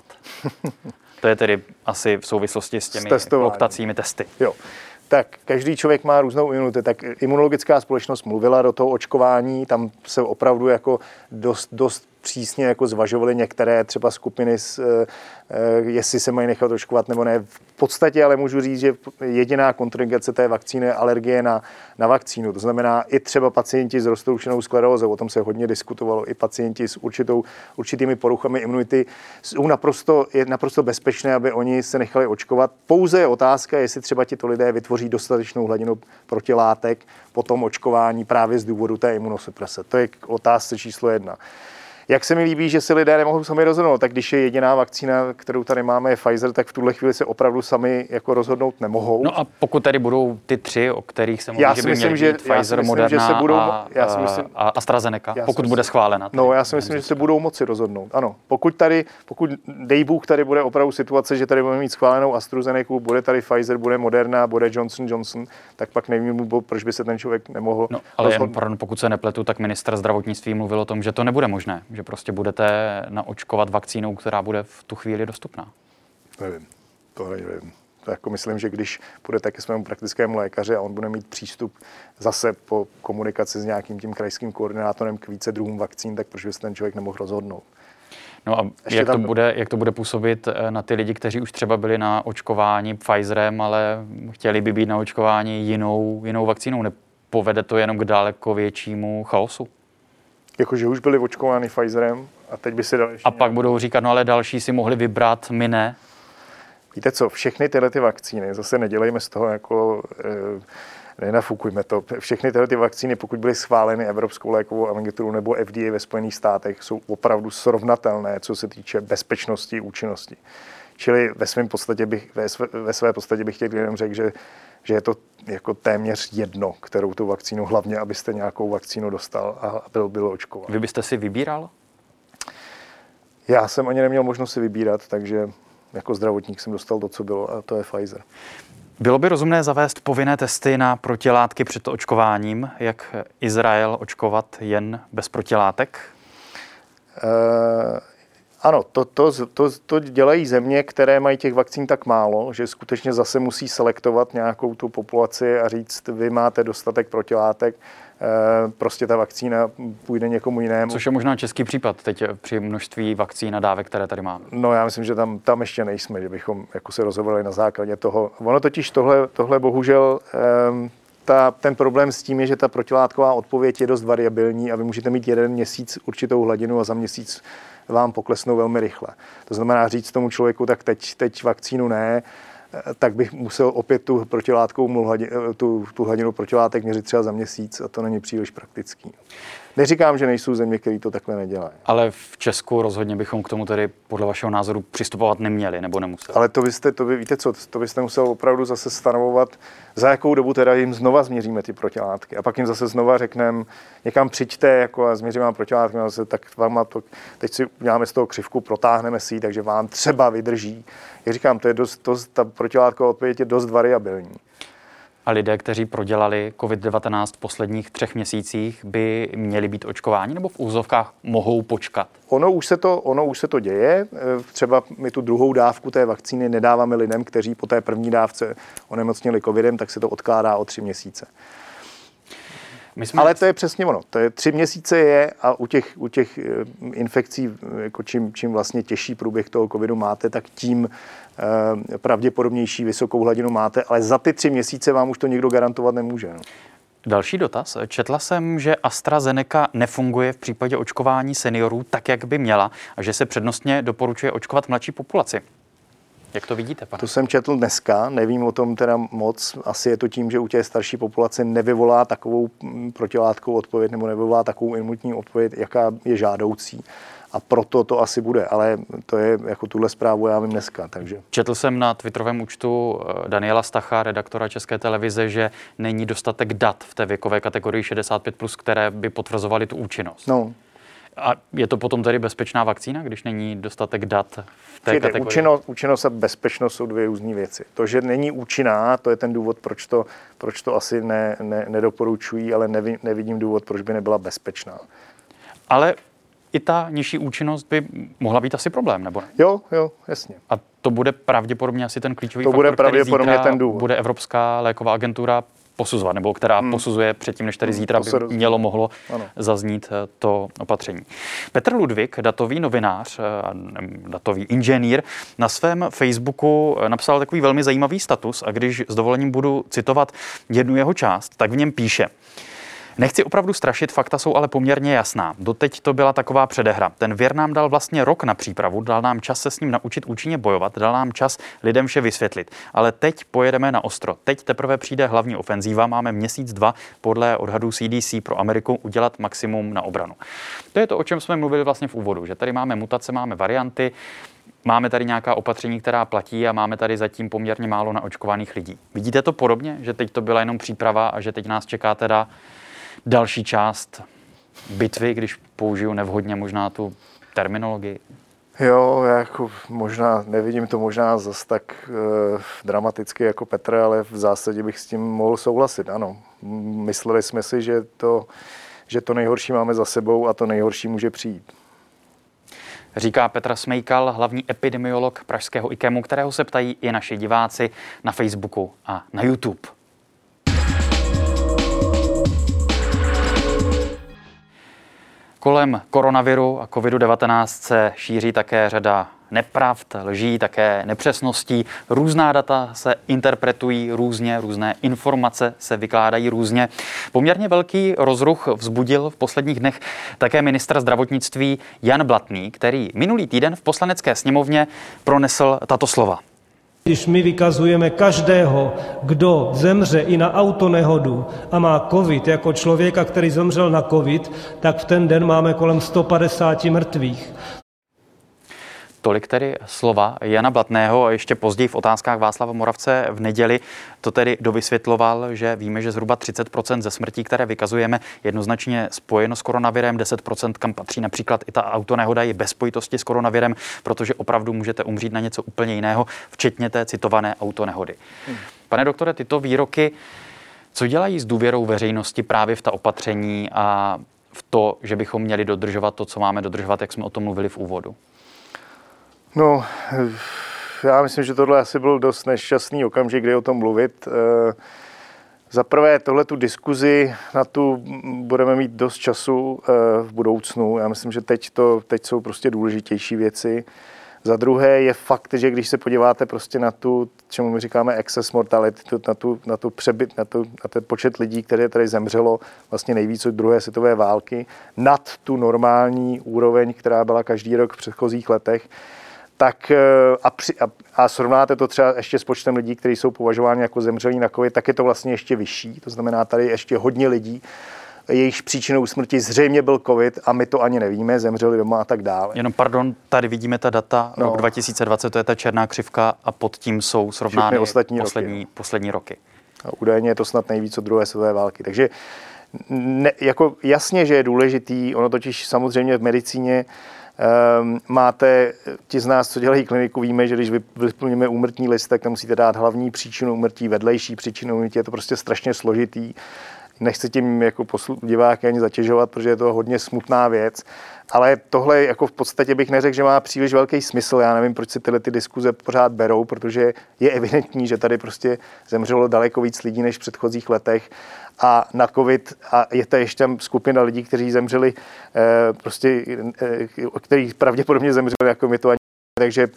To je tedy asi v souvislosti s těmi kloktacími testy. Jo. Tak každý člověk má různou imunitu. Tak imunologická společnost mluvila do toho očkování, tam se opravdu jako dost přísně jako zvažovaly některé třeba skupiny, jestli se mají nechat očkovat nebo ne. V podstatě ale můžu říct, že jediná kontraindikace té vakcíny je alergie na vakcínu. To znamená i třeba pacienti s roztroušenou sklerózou, o tom se hodně diskutovalo, i pacienti s určitými poruchami imunity je naprosto bezpečné, aby oni se nechali očkovat. Pouze je otázka, jestli třeba tito lidé vytvoří dostatečnou hladinu protilátek po tom očkování právě z důvodu té imunosuprese. To je otázka číslo 1. Jak se mi líbí, že si lidé nemohou sami rozhodnout, tak když je jediná vakcína, kterou tady máme, je Pfizer, tak v tuhle chvíli se opravdu sami jako rozhodnout nemohou. No a pokud tady budou ty 3, o kterých se mluví, že by měly být Pfizer, Moderna a AstraZeneca, pokud bude schválena. No, já si myslím, že se budou moci rozhodnout. Ano, pokud dej Bůh, tady bude opravdu situace, že tady budeme mít schválenou AstraZenecu, bude tady Pfizer, bude Moderna, bude Johnson, tak pak nevím, proč by se ten člověk nemohl rozhodnout. Ale pokud se nepletu, tak ministr zdravotnictví mluvil o tom, že to nebude možné. Že prostě budete naočkovat vakcínou, která bude v tu chvíli dostupná? Nevím, to nevím. To jako myslím, že když půjdete ke svému praktickému lékaři a on bude mít přístup zase po komunikaci s nějakým tím krajským koordinátorem k více druhům vakcín, tak proč by se ten člověk nemohl rozhodnout? No a jak to bude působit na ty lidi, kteří už třeba byli na očkování Pfizerem, ale chtěli by být na očkování jinou vakcínou? Nepovede to jenom k daleko většímu chaosu? Jakože už byli očkováni Pfizerem a teď by si dali... A pak budou říkat, no ale další si mohli vybrat, my ne. Víte co, všechny tyhle ty vakcíny, zase nedělejme z toho jako... nenafukujme to. Všechny tyhle ty vakcíny, pokud byly schváleny Evropskou lékovou agenturou nebo FDA ve Spojených státech, jsou opravdu srovnatelné, co se týče bezpečnosti a účinnosti. Čili ve své podstatě bych těch lidem řekl, že je to jako téměř jedno, kterou tu vakcínu, hlavně abyste nějakou vakcínu dostal a byl očkován. Vy byste si vybíral? Já jsem ani neměl možnost si vybírat, takže jako zdravotník jsem dostal to, co bylo, a to je Pfizer. Bylo by rozumné zavést povinné testy na protilátky před očkováním, jak Izrael očkovat jen bez protilátek? Ano, to dělají země, které mají těch vakcín tak málo, že skutečně zase musí selektovat nějakou tu populaci a říct, vy máte dostatek protilátek, prostě ta vakcína půjde někomu jinému. Což je možná český případ teď při množství vakcín a dávek, které tady máme. No já myslím, že tam ještě nejsme, že bychom jako se rozhodli na základě toho. Ono totiž tohle bohužel, ten problém s tím je, že ta protilátková odpověď je dost variabilní a vy můžete mít jeden měsíc určitou hladinu a za měsíc vám poklesnou velmi rychle. To znamená říct tomu člověku, tak teď vakcínu ne, tak bych musel opět tu protilátkovou tu hladinu protilátek měřit třeba za měsíc a to není příliš praktický. Neříkám, že nejsou země, které to takhle nedělají. Ale v Česku rozhodně bychom k tomu tedy podle vašeho názoru přistupovat neměli nebo nemuseli. Ale víte co, to byste musel opravdu zase stanovovat, za jakou dobu teda jim znova změříme ty protilátky. A pak jim zase znova řekneme, někam přijďte jako a změřím vám protilátky, zase, tak vám to, teď si uděláme z toho křivku, protáhneme si ji, takže vám třeba vydrží. Jak říkám, to je ta protilátková odpověď je dost variabilní. A lidé, kteří prodělali COVID-19 v posledních 3 měsících, by měli být očkováni nebo v úzovkách mohou počkat? Ono už se to děje. Třeba my tu druhou dávku té vakcíny nedáváme lidem, kteří po té první dávce onemocněli covidem, tak se to odkládá o 3 měsíce. Ale to je přesně ono. To je 3 měsíce je a u těch infekcí, jako čím vlastně těžší průběh toho covidu máte, tak tím pravděpodobnější vysokou hladinu máte, ale za ty 3 měsíce vám už to nikdo garantovat nemůže. No. Další dotaz. Četla jsem, že AstraZeneca nefunguje v případě očkování seniorů tak, jak by měla a že se přednostně doporučuje očkovat mladší populaci. Jak to vidíte, pane? To jsem četl dneska, nevím o tom teda moc. Asi je to tím, že u té starší populace nevyvolá takovou protilátkovou odpověď nebo nevyvolá takovou imunitní odpověď, jaká je žádoucí. A proto to asi bude, ale to je jako tuhle zprávu já vím dneska. Takže. Četl jsem na twitterovém účtu Daniela Stacha, redaktora České televize, že není dostatek dat v té věkové kategorii 65+, které by potvrzovaly tu účinnost. No. A je to potom tedy bezpečná vakcína, když není dostatek dat v té kategorii? Účinnost a bezpečnost jsou 2 různé věci. To, že není účinná, to je ten důvod, proč to asi nedoporučují, ale nevidím důvod, proč by nebyla bezpečná. Ale i ta nižší účinnost by mohla být asi problém, nebo ne? Jo, jasně. A to bude pravděpodobně asi ten klíčový faktor, bude pravděpodobně který ten důvod. Bude Evropská léková agentura posuzovat, nebo která posuzuje předtím, než tady zítra by mohlo zaznít to opatření. Petr Ludvík, datový novinář, datový inženýr, na svém Facebooku napsal takový velmi zajímavý status a když s dovolením budu citovat jednu jeho část, tak v něm píše: Nechci opravdu strašit, fakta jsou ale poměrně jasná. Doteď to byla taková předehra. Ten vir nám dal vlastně rok na přípravu, dal nám čas se s ním naučit účinně bojovat, dal nám čas lidem vše vysvětlit. Ale teď pojedeme na ostro. Teď teprve přijde hlavní ofenzíva, máme měsíc, 2 podle odhadů CDC pro Ameriku udělat maximum na obranu. To je to, o čem jsme mluvili vlastně v úvodu, že tady máme mutace, máme varianty, máme tady nějaká opatření, která platí a máme tady zatím poměrně málo naočkovaných lidí. Vidíte to podobně, že teď to byla jenom příprava a že teď nás čeká teda další část bitvy, když použiju nevhodně možná tu terminologii? Jo, jako možná, nevidím to možná zase tak dramaticky jako Petr, ale v zásadě bych s tím mohl souhlasit, ano. Mysleli jsme si, že to nejhorší máme za sebou a to nejhorší může přijít. Říká Petr Smejkal, hlavní epidemiolog pražského IKEMu, kterého se ptají i naši diváci na Facebooku a na YouTube. Kolem koronaviru a COVID-19 se šíří také řada nepravd, lží, také nepřesností. Různá data se interpretují různě, různé informace se vykládají různě. Poměrně velký rozruch vzbudil v posledních dnech také ministr zdravotnictví Jan Blatný, který minulý týden v Poslanecké sněmovně pronesl tato slova. Když my vykazujeme každého, kdo zemře i na autonehodu a má covid jako člověka, který zemřel na covid, tak v ten den máme kolem 150 mrtvých. Tolik tedy slova Jana Blatného a ještě později v otázkách Václava Moravce v neděli to tedy dovysvětloval, že víme, že zhruba 30% ze smrtí, které vykazujeme, jednoznačně spojeno s koronavirem, 10%, kam patří například i ta autonehoda, je bez spojitosti s koronavirem, protože opravdu můžete umřít na něco úplně jiného, včetně té citované autonehody. Pane doktore, tyto výroky, co dělají s důvěrou veřejnosti právě v ta opatření a v to, že bychom měli dodržovat to, co máme dodržovat, jak jsme o tom mluvili v úvodu? No, já myslím, že tohle asi byl dost nešťastný okamžik, kdy o tom mluvit. Za prvé, tu diskuzi na tu budeme mít dost času v budoucnu. Já myslím, že teď jsou prostě důležitější věci. Za druhé je fakt, že když se podíváte prostě na tu, čemu my říkáme excess mortality, na ten počet lidí, které tady zemřelo vlastně nejvíc od druhé světové války, nad tu normální úroveň, která byla každý rok v předchozích letech, tak a srovnáte to třeba ještě s počtem lidí, kteří jsou považováni jako zemřelí na COVID, tak je to vlastně ještě vyšší. To znamená, tady ještě hodně lidí, jejichž příčinou smrti zřejmě byl COVID a my to ani nevíme, zemřeli doma a tak dále. Jenom pardon, tady vidíme ta data, rok 2020, to je ta černá křivka a pod tím jsou srovnány poslední roky. A údajně je to snad nejvíc od druhé světové války. Takže jako jasně, že je důležitý, ono totiž samozřejmě v medicíně máte, ti z nás, co dělají kliniku, víme, že když vyplníme úmrtní list, tak tam musíte dát hlavní příčinu úmrtí, vedlejší příčinu úmrtí, je to prostě strašně složitý. Nechci tím jako diváky ani zatěžovat, protože je to hodně smutná věc, ale tohle jako v podstatě bych neřekl, že má příliš velký smysl. Já nevím, proč se tyhle diskuze pořád berou, protože je evidentní, že tady prostě zemřelo daleko víc lidí než v předchozích letech a na COVID a je to ještě tam skupina lidí, kteří zemřeli kteří pravděpodobně zemřeli jako my to ani, takže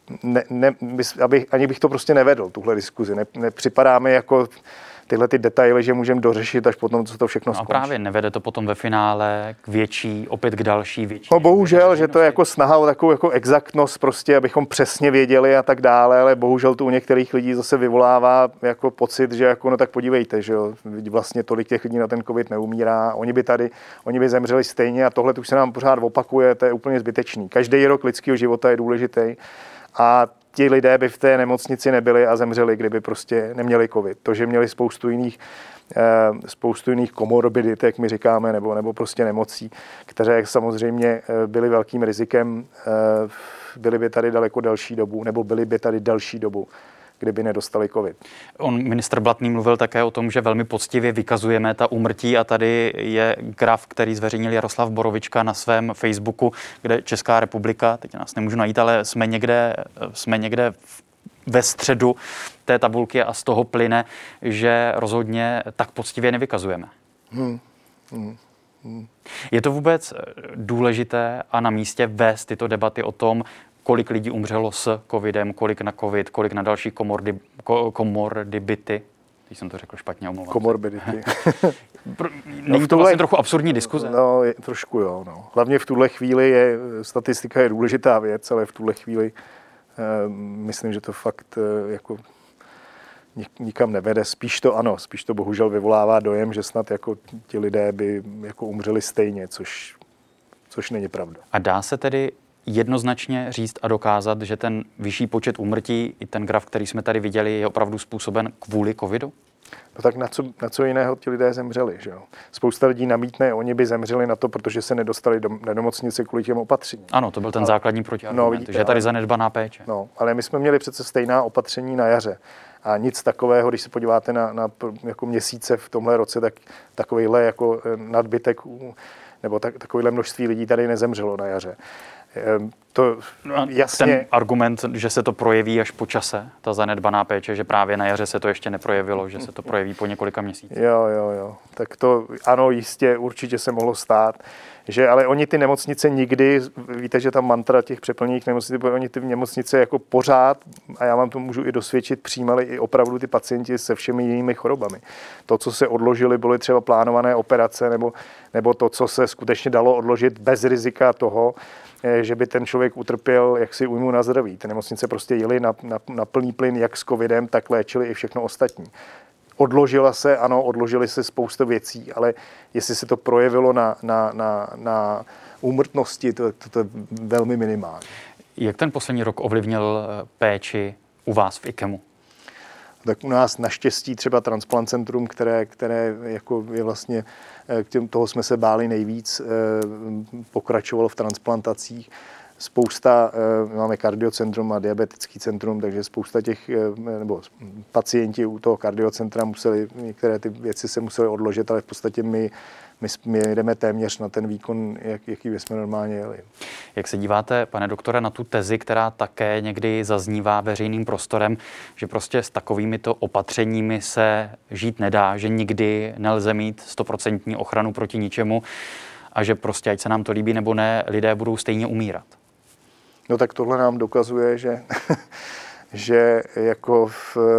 ani bych to prostě nevedl, tuhle diskuzi. Nepřipadáme jako tyhle ty detaily, že můžeme dořešit až potom, co to všechno skončí. A právě nevede to potom ve finále k větší, opět k další větší. No bohužel, že to je jako snaha o takovou jako exaktnost prostě, abychom přesně věděli a tak dále, ale bohužel to u některých lidí zase vyvolává jako pocit, že jako no tak podívejte, že jo, vlastně tolik těch lidí na ten COVID neumírá, oni by zemřeli stejně a tohle už se nám pořád opakuje, to je úplně zbytečný. Každý rok lidského života je důležitý a ti lidé by v té nemocnici nebyli a zemřeli, kdyby prostě neměli COVID. To, že měli spoustu jiných komorbidit, jak my říkáme, nebo prostě nemocí, které samozřejmě byly velkým rizikem, byly by tady daleko delší dobu, nebo byly by tady delší dobu, kdyby nedostali COVID. Ministr Blatný mluvil také o tom, že velmi poctivě vykazujeme ta úmrtí a tady je graf, který zveřejnil Jaroslav Borovička na svém Facebooku, kde Česká republika, teď nás nemůžu najít, ale jsme někde ve středu té tabulky a z toho plyne, že rozhodně tak poctivě nevykazujeme. Je to vůbec důležité a na místě vést tyto debaty o tom, kolik lidí umřelo s covidem, kolik na covid, kolik na další komorbidity. Teď jsem to řekl špatně, omlouvám. Komorbidity. Není to vlastně trochu absurdní diskuze? No, trošku jo. No. Hlavně v tuhle chvíli statistika je důležitá věc, ale v tuhle chvíli myslím, že to fakt jako nikam nevede. Spíš to bohužel vyvolává dojem, že snad jako ti lidé by jako umřeli stejně, což není pravda. A dá se tedy jednoznačně říct a dokázat, že ten vyšší počet úmrtí, i ten graf, který jsme tady viděli, je opravdu způsoben kvůli covidu? No tak na co jiného ti lidé zemřeli, že jo? Spousta lidí namítne, oni by zemřeli na to, protože se nedostali do nemocnice kvůli těm opatřením. Ano, to byl ten základní protiargument, že je tady zanedbaná péče. No, ale my jsme měli přece stejná opatření na jaře. A nic takového, když se podíváte na jako měsíce v tomhle roce, tak takovýhle jako nadbytek nebo takovýhle množství lidí tady nezemřelo na jaře. To jasně. Ten argument, že se to projeví až po čase, ta zanedbaná péče, že právě na jaře se to ještě neprojevilo, že se to projeví po několika měsících. Jo. Tak to ano, jistě, určitě se mohlo stát, že ale oni ty nemocnice nikdy, víte, že ta mantra těch přeplněných nemocnic, oni ty nemocnice jako pořád, a já vám to můžu i dosvědčit, přijímali i opravdu ty pacienti se všemi jinými chorobami. To, co se odložili, byly třeba plánované operace, nebo to, co se skutečně dalo odložit bez rizika toho, že by ten člověk utrpěl jaksi újmu na zdraví. Ty nemocnice prostě jeli na plný plyn jak s covidem, tak léčili i všechno ostatní. Odložily se spousta věcí, ale jestli se to projevilo na úmrtnosti, to je velmi minimální. Jak ten poslední rok ovlivnil péči u vás v IKEMu? Tak u nás naštěstí třeba Transplant Centrum, které jako je vlastně, toho jsme se báli nejvíc, pokračovalo v transplantacích. Máme kardiocentrum a diabetický centrum, takže spousta těch, nebo pacienti u toho kardiocentra některé ty věci se museli odložit, ale v podstatě my jdeme téměř na ten výkon, jaký bychom normálně jeli. Jak se díváte, pane doktore, na tu tezi, která také někdy zaznívá veřejným prostorem, že prostě s takovýmito opatřeními se žít nedá, že nikdy nelze mít 100% ochranu proti ničemu a že prostě, ať se nám to líbí nebo ne, lidé budou stejně umírat? No tak tohle nám dokazuje, že jako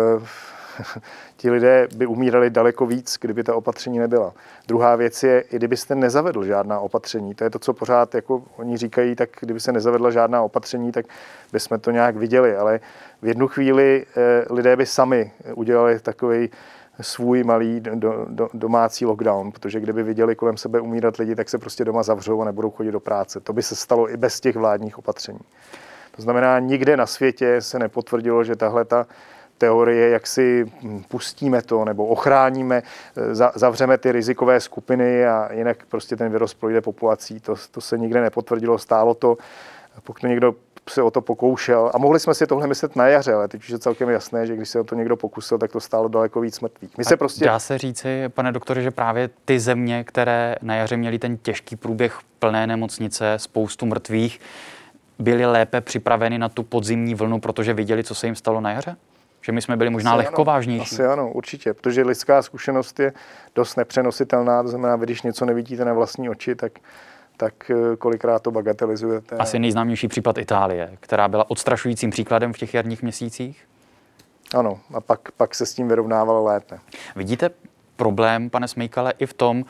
ti lidé by umírali daleko víc, kdyby ta opatření nebyla. Druhá věc je, i kdybyste nezavedl žádná opatření, to je to, co pořád jako oni říkají, tak kdyby se nezavedla žádná opatření, tak bychom to nějak viděli, ale v jednu chvíli lidé by sami udělali takový svůj malý domácí lockdown, protože kdyby viděli kolem sebe umírat lidi, tak se prostě doma zavřou a nebudou chodit do práce. To by se stalo i bez těch vládních opatření. To znamená, nikde na světě se nepotvrdilo, že tahle ta teorie, jak si pustíme to nebo ochráníme, zavřeme ty rizikové skupiny a jinak prostě ten virus projde populací. To se nikde nepotvrdilo, stálo to, pokud někdo se o to pokoušel. A mohli jsme si tohle myslet na jaře, ale teď už je celkem jasné, že když se o to někdo pokusil, tak to stálo daleko víc mrtvých. Dá se říci, pane doktore, že právě ty země, které na jaře měly ten těžký průběh plné nemocnice, spoustu mrtvých, byly lépe připraveny na tu podzimní vlnu, protože viděli, co se jim stalo na jaře? Že my jsme byli možná lehkovážnější? Asi ano, určitě, protože lidská zkušenost je dost nepřenositelná, to znamená, když něco nevidíte na vlastní oči, tak kolikrát to bagatelizujete. Asi nejznámější případ Itálie, která byla odstrašujícím příkladem v těch jarních měsících? Ano, a pak se s tím vyrovnávalo lépe. Vidíte problém, pane Smejkale, i v tom,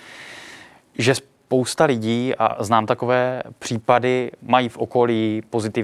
že spousta lidí, a znám takové případy, mají v okolí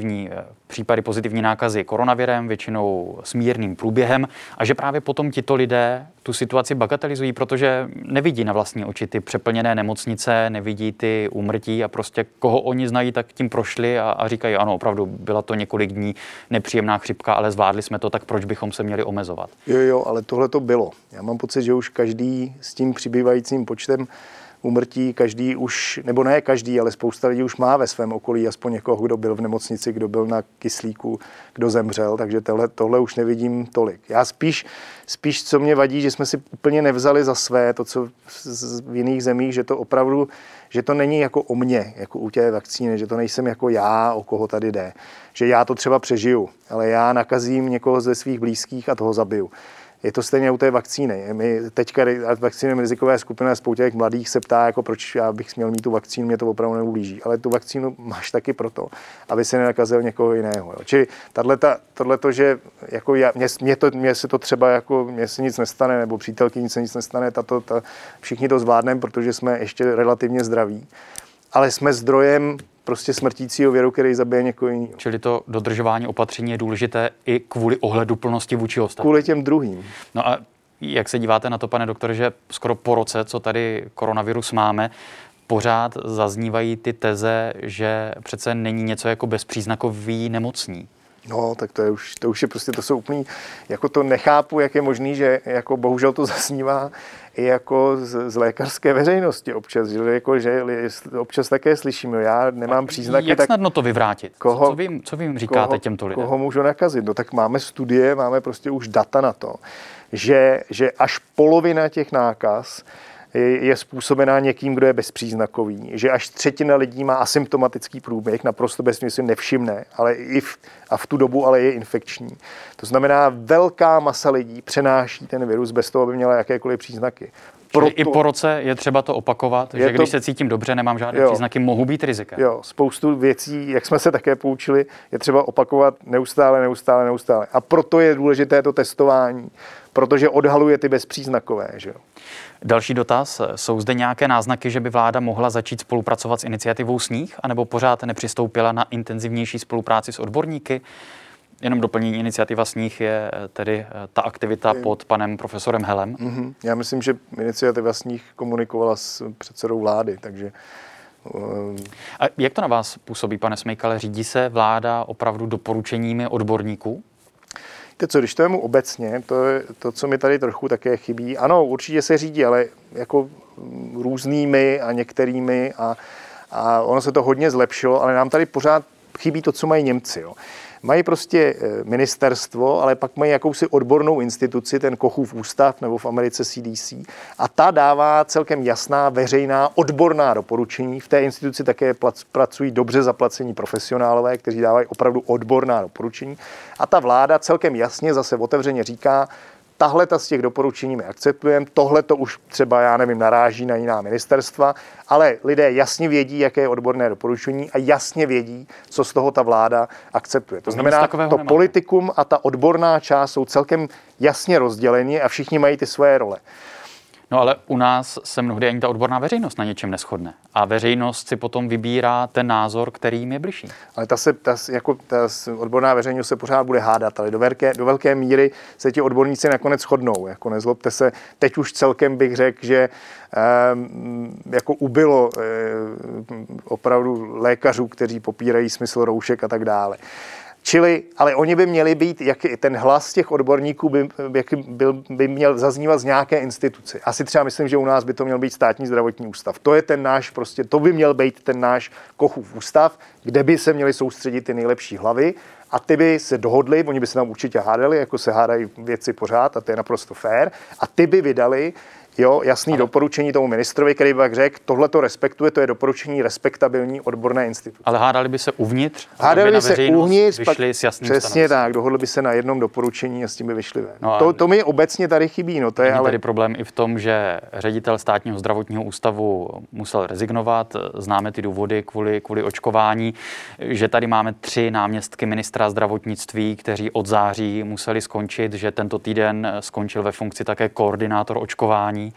pozitivní nákazy koronavirem, většinou s mírným průběhem, a že právě potom tito lidé tu situaci bagatelizují, protože nevidí na vlastní oči ty přeplněné nemocnice, nevidí ty úmrtí a prostě koho oni znají, tak tím prošli a říkají, ano, opravdu byla to několik dní nepříjemná chřipka, ale zvládli jsme to, tak proč bychom se měli omezovat? Jo, ale tohle to bylo. Já mám pocit, že už každý s tím přibývajícím počtem úmrtí, každý už, nebo ne každý, ale spousta lidí už má ve svém okolí aspoň někoho, kdo byl v nemocnici, kdo byl na kyslíku, kdo zemřel, takže tohle už nevidím tolik. Já spíš, co mě vadí, že jsme si úplně nevzali za své to, co v jiných zemích, že to opravdu, že to není jako o mně, jako u té vakcíny, že to nejsem jako já, o koho tady jde, že já to třeba přežiju, ale já nakazím někoho ze svých blízkých a toho zabiju. Je to stejně u té vakcíny. My teďka vakcíny rizikové skupiny a spoustě mladých se ptá, jako proč já bych měl mít tu vakcínu, mě to opravdu neublíží. Ale tu vakcínu máš taky proto, aby si nenakazil někoho jiného. Jo. Čili tohleto, že jako mně se to třeba jako mně se nic nestane, nebo přítelkyni se nic nestane, všichni to zvládneme, protože jsme ještě relativně zdraví. Ale jsme zdrojem prostě smrtícího viru, který zabije někoho jiného. Čili to dodržování opatření je důležité i kvůli ohleduplnosti vůči ostatním. Kvůli těm druhým. No a jak se díváte na to, pane doktore, že skoro po roce, co tady koronavirus máme, pořád zaznívají ty teze, že přece není něco jako bezpříznakový nemocný? No, tak to už je prostě, to jsou úplný, jako to nechápu, jak je možný, že jako bohužel to zaznívá i jako z lékařské veřejnosti občas, že občas také slyším, já nemám příznaky. Jak snadno to vyvrátit? Co vy jim říkáte těmto lidem? Koho můžu nakazit? No tak máme studie, máme prostě už data na to, že až polovina těch nákaz je způsobená někým, kdo je bezpříznakový, že až třetina lidí má asymptomatický průběh, naprosto bez něj si nevšimne, ale a v tu dobu ale je infekční. To znamená, velká masa lidí přenáší ten virus bez toho, aby měla jakékoliv příznaky. I po roce je třeba to opakovat, že když se cítím dobře, nemám žádné příznaky, mohu být rizikem. Jo, spoustu věcí, jak jsme se také poučili, je třeba opakovat neustále. A proto je důležité to testování, protože odhaluje ty bezpříznakové. Že jo. Další dotaz. Jsou zde nějaké náznaky, že by vláda mohla začít spolupracovat s iniciativou Sníh, anebo pořád nepřistoupila na intenzivnější spolupráci s odborníky? Jenom doplnění, iniciativa Sníh je tedy ta aktivita pod panem profesorem Helem. Já myslím, že iniciativa Sníh komunikovala s předsedou vlády, takže A jak to na vás působí, pane Smejkale? Řídí se vláda opravdu doporučeními odborníků? Víte co, když to jemu obecně, to je to, co mi tady trochu také chybí. Ano, určitě se řídí, ale jako různými a některými a ono se to hodně zlepšilo, ale nám tady pořád chybí to, co mají Němci. Jo. Mají prostě ministerstvo, ale pak mají jakousi odbornou instituci, ten Kochův ústav nebo v Americe CDC, a ta dává celkem jasná, veřejná, odborná doporučení. V té instituci také pracují dobře zaplacení profesionálové, kteří dávají opravdu odborná doporučení. A ta vláda celkem jasně zase otevřeně říká, tahle z těch doporučení my akceptujeme, tohle to už třeba, já nevím, naráží na jiná ministerstva, ale lidé jasně vědí, jaké je odborné doporučení a jasně vědí, co z toho ta vláda akceptuje. To znamená, to politikum a ta odborná část jsou celkem jasně rozděleni a všichni mají ty svoje role. No ale u nás se mnohdy ani ta odborná veřejnost na něčem neshodne. A veřejnost si potom vybírá ten názor, který jim je bližší. Ale ta odborná veřejnost se pořád bude hádat, ale do velké míry se ti odborníci nakonec shodnou. Jako nezlobte se, teď už celkem bych řekl, že jako ubylo opravdu lékařů, kteří popírají smysl roušek a tak dále. Čili, ale oni by měli být, ten hlas těch odborníků by měl zaznívat z nějaké instituce. Asi třeba myslím, že u nás by to měl být Státní zdravotní ústav. To je ten náš to by měl být ten náš Kochův ústav, kde by se měly soustředit ty nejlepší hlavy a ty by se dohodli, oni by se tam určitě hádali, jako se hádají věci pořád a to je naprosto fér, a ty by vydali jasný doporučení tomu ministrovi, který by pak řekl, tohle to respektuje, to je doporučení respektabilní odborné instituce. Ale hádali by se uvnitř? Hádali by se uvnitř, vyšli s jasným přesně stanoviskem. tak, dohodli by se na jednom doporučení a s tím by vyšli ven. No to mi obecně tady chybí. No, to je tady problém i v tom, že ředitel Státního zdravotního ústavu musel rezignovat, známe ty důvody kvůli očkování, že tady máme 3 náměstky ministra zdravotnictví, kteří od září museli skončit, že tento týden skončil ve funkci také koordinátor očkování.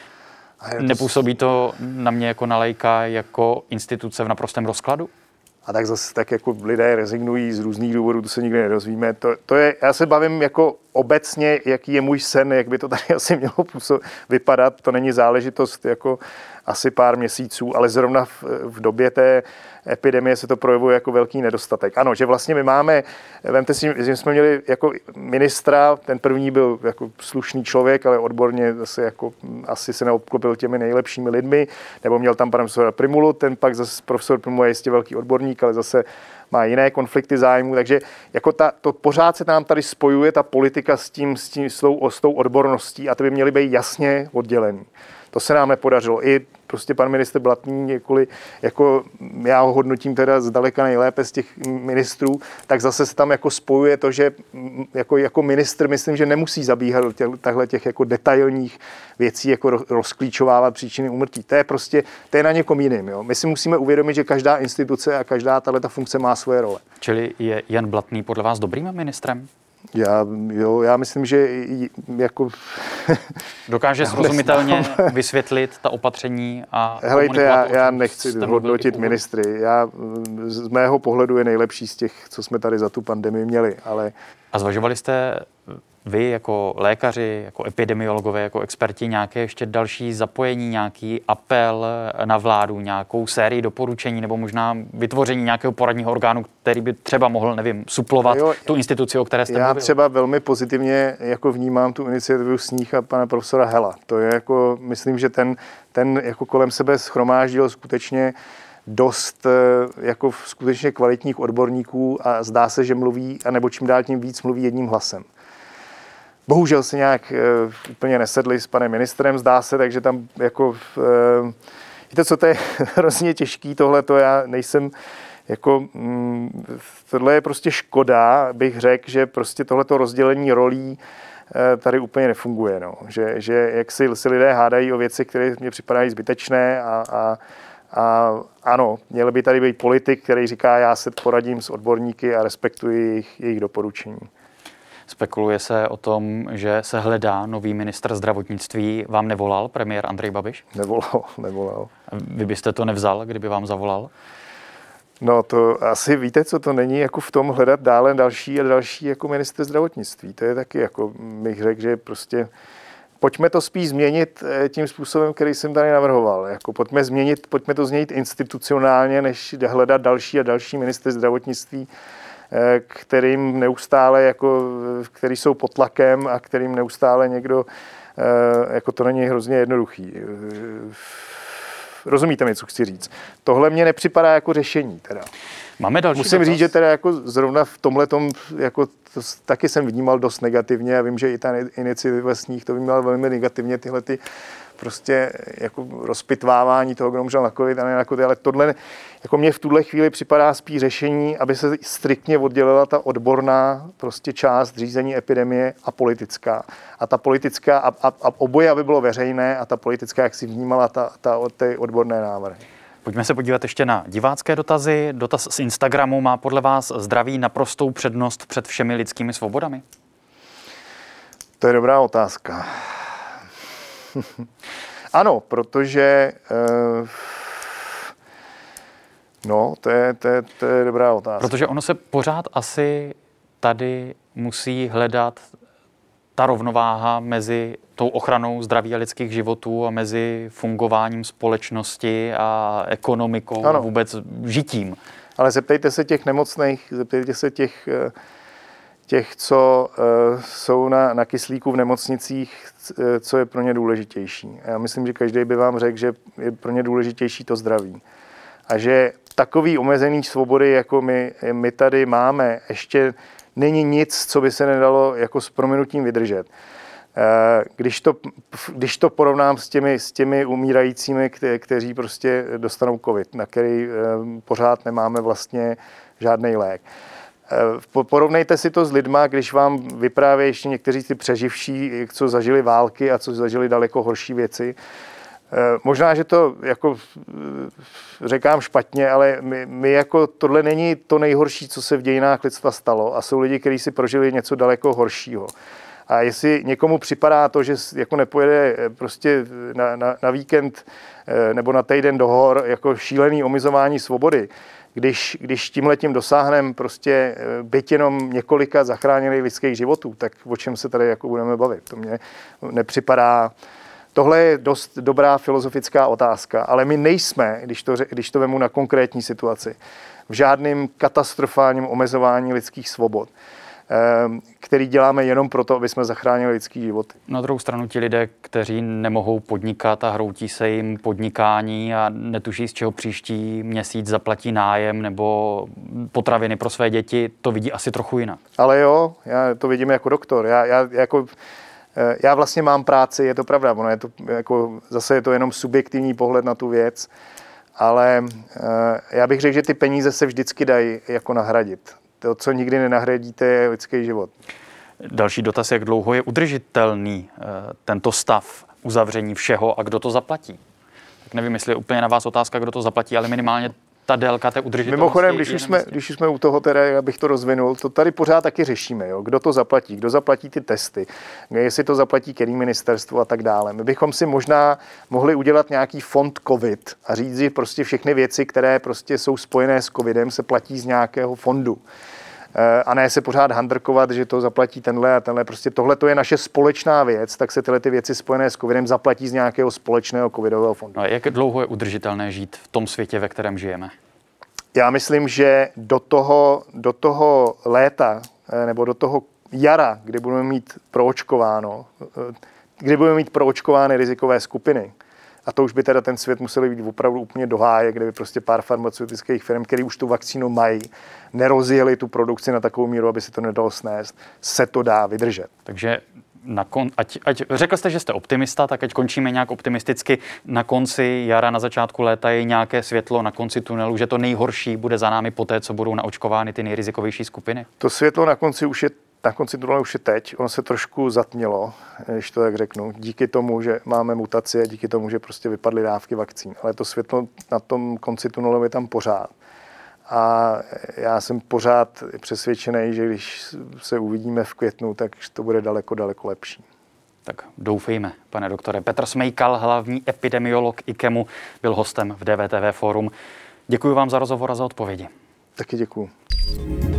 Nepůsobí to na mě jako na laika, jako instituce v naprostém rozkladu? A tak zase tak jako lidé rezignují z různých důvodů, to se nikdy nedozvíme. To je, já se bavím jako obecně, jaký je můj sen, jak by to tady asi mělo vypadat. To není záležitost jako asi pár měsíců, ale zrovna v době té epidemie se to projevuje jako velký nedostatek. Ano, že vlastně my máme, vemte si, že jsme měli jako ministra, ten první byl jako slušný člověk, ale odborně zase jako asi se neobklopil těmi nejlepšími lidmi, nebo měl tam pana profesora Primulu, ten pak zase profesor Primula je jistě velký odborník, ale zase má jiné konflikty zájmů, takže jako to pořád se nám tady spojuje ta politika s tou odborností a ty by měly být jasně oddělený. To se nám nepodařilo. I prostě pan ministr Blatný, jako já ho hodnotím teda zdaleka nejlépe z těch ministrů, tak zase se tam jako spojuje to, že jako ministr myslím, že nemusí zabíhat do těch jako detailních věcí, jako rozklíčovávat příčiny úmrtí. To je na někom jiným. Jo. My si musíme uvědomit, že každá instituce a každá tato funkce má svoje role. Čili je Jan Blatný podle vás dobrým ministrem? Já myslím, že jako... Dokáže srozumitelně vysvětlit ta opatření a... Helejte, já nechci hodnotit ministry. Z mého pohledu je nejlepší z těch, co jsme tady za tu pandemii měli, ale... A zvažovali jste vy jako lékaři, jako epidemiologové, jako experti nějaké ještě další zapojení, nějaký apel na vládu, nějakou sérii doporučení nebo možná vytvoření nějakého poradního orgánu, který by třeba mohl, nevím, suplovat tu instituci, o které jste mluvil? Já třeba velmi pozitivně jako vnímám tu iniciativu Sníh a pana profesora Hela. To je jako, myslím, že ten jako kolem sebe shromáždil skutečně dost jako skutečně kvalitních odborníků a zdá se, že mluví, anebo čím dál tím víc mluví jedním hlasem. Bohužel se nějak úplně nesedli s panem ministrem, zdá se, takže tam jako... Víte, co to je hrozně těžký tohle, to já nejsem jako... Tohle je prostě škoda, bych řekl, že prostě tohleto rozdělení rolí tady úplně nefunguje, no. Že jak si lidé hádají o věci, které mě připadají zbytečné a ano, měl by tady být politik, který říká, já se poradím s odborníky a respektuji jejich doporučení. Spekuluje se o tom, že se hledá nový ministr zdravotnictví. Vám nevolal premiér Andrej Babiš? Nevolal. Vy byste to nevzal, kdyby vám zavolal? No to asi víte, co to není jako v tom hledat dále další a další jako ministr zdravotnictví. To je taky jako bych řekl, že prostě Pojďme to spíš změnit tím způsobem, který jsem tady navrhoval. Jako pojďme to změnit institucionálně, než hledat další a další ministry zdravotnictví, kterým neustále, který jsou pod tlakem a kterým neustále někdo, to není hrozně jednoduchý. Rozumíte mi, co chci říct? Tohle mně nepřipadá jako řešení teda. Máme další Musím dotaz? říct, že teda jako zrovna v tomhletom taky jsem vnímal dost negativně a vím, že i ta iniciativa s nich to vnímala velmi negativně, tyhle ty prostě jako rozpitvávání toho, kdo umřel na covid a ne na covid, ale tohle jako mně v tuhle chvíli připadá spíš řešení, aby se striktně oddělila ta odborná prostě část řízení epidemie a politická. A ta politická a oboje, aby bylo veřejné a ta politická, jak si vnímala ty odborné návrhy. Pojďme se podívat ještě na divácké dotazy. Dotaz z Instagramu: má podle vás zdraví naprostou přednost před všemi lidskými svobodami? To je dobrá otázka. Ano, protože to je dobrá otázka. Protože ono se pořád asi tady musí hledat ta rovnováha mezi tou ochranou zdraví a lidských životů a mezi fungováním společnosti a ekonomikou a vůbec žitím. Ale zeptejte se těch nemocných, zeptejte se těch, co jsou na kyslíku v nemocnicích, co je pro ně důležitější. Já myslím, že každý by vám řekl, že je pro ně důležitější to zdraví. A že takový omezený svobody, jako my tady máme, ještě není nic, co by se nedalo jako s prominutím vydržet. Když to porovnám s těmi umírajícími, kteří prostě dostanou covid, na který pořád nemáme vlastně žádný lék. Porovnejte si to s lidma, když vám vyprávějí ještě někteří ty přeživší, co zažili války a co zažili daleko horší věci. Možná, že to jako říkám špatně, ale my jako tohle není to nejhorší, co se v dějinách lidstva stalo a jsou lidi, kteří si prožili něco daleko horšího. A jestli někomu připadá to, že jako nepojede prostě na víkend nebo na týden do hor jako šílený omezování svobody, když tímhletím dosáhneme prostě byť jenom několika zachráněných lidských životů, tak o čem se tady jako budeme bavit? To mně nepřipadá. Tohle je dost dobrá filozofická otázka, ale my nejsme, když to vemu na konkrétní situaci, v žádném katastrofálním omezování lidských svobod, který děláme jenom proto, aby jsme zachránili lidský životy. Na druhou stranu ti lidé, kteří nemohou podnikat a hroutí se jim podnikání a netuší, z čeho příští měsíc zaplatí nájem nebo potraviny pro své děti, to vidí asi trochu jinak. Ale jo, já to vidím jako doktor. Já vlastně mám práci, je to pravda, ono je to zase je to jenom subjektivní pohled na tu věc, ale já bych řekl, že ty peníze se vždycky dají jako nahradit. To, co nikdy nenahradíte, je lidský život. Další dotaz: jak dlouho je udržitelný tento stav uzavření všeho a kdo to zaplatí? Tak nevím, jestli je úplně na vás otázka, kdo to zaplatí, ale minimálně ta délka té udržitelnosti. Mimochodem, když jsme u toho, teda, abych to rozvinul, to tady pořád taky řešíme, jo? Kdo to zaplatí, kdo zaplatí ty testy, jestli to zaplatí který ministerstvo a tak dále. My bychom si možná mohli udělat nějaký fond covid a říct, že prostě všechny věci, které prostě jsou spojené s covidem, se platí z nějakého fondu. A ne se pořád handrkovat, že to zaplatí tenhle a tenhle. Prostě tohle to je naše společná věc, tak se tyhle ty věci spojené s covidem zaplatí z nějakého společného covidového fondu. No a jak dlouho je udržitelné žít v tom světě, ve kterém žijeme? Já myslím, že do toho léta nebo do toho jara, kdy budeme mít proočkovány rizikové skupiny, a to už by teda ten svět musel být opravdu úplně do háje, kde by prostě pár farmaceutických firm, které už tu vakcínu mají, nerozjeli tu produkci na takovou míru, aby se to nedalo snést, se to dá vydržet. Takže řekl jste, že jste optimista, tak ať končíme nějak optimisticky. Na konci jara, na začátku léta je nějaké světlo na konci tunelu, že to nejhorší bude za námi poté, co budou naočkovány ty nejrizikovější skupiny? To světlo na konci tunelu už je teď. Ono se trošku zatmělo, když to tak řeknu, díky tomu, že máme mutaci a díky tomu, že prostě vypadly dávky vakcín. Ale to světlo na tom konci tunelu je tam pořád. A já jsem pořád přesvědčený, že když se uvidíme v květnu, tak to bude daleko, daleko lepší. Tak doufejme, pane doktore. Petr Smejkal, hlavní epidemiolog IKEMu, byl hostem v DVTV Forum. Děkuji vám za rozhovor a za odpovědi. Taky děkuji.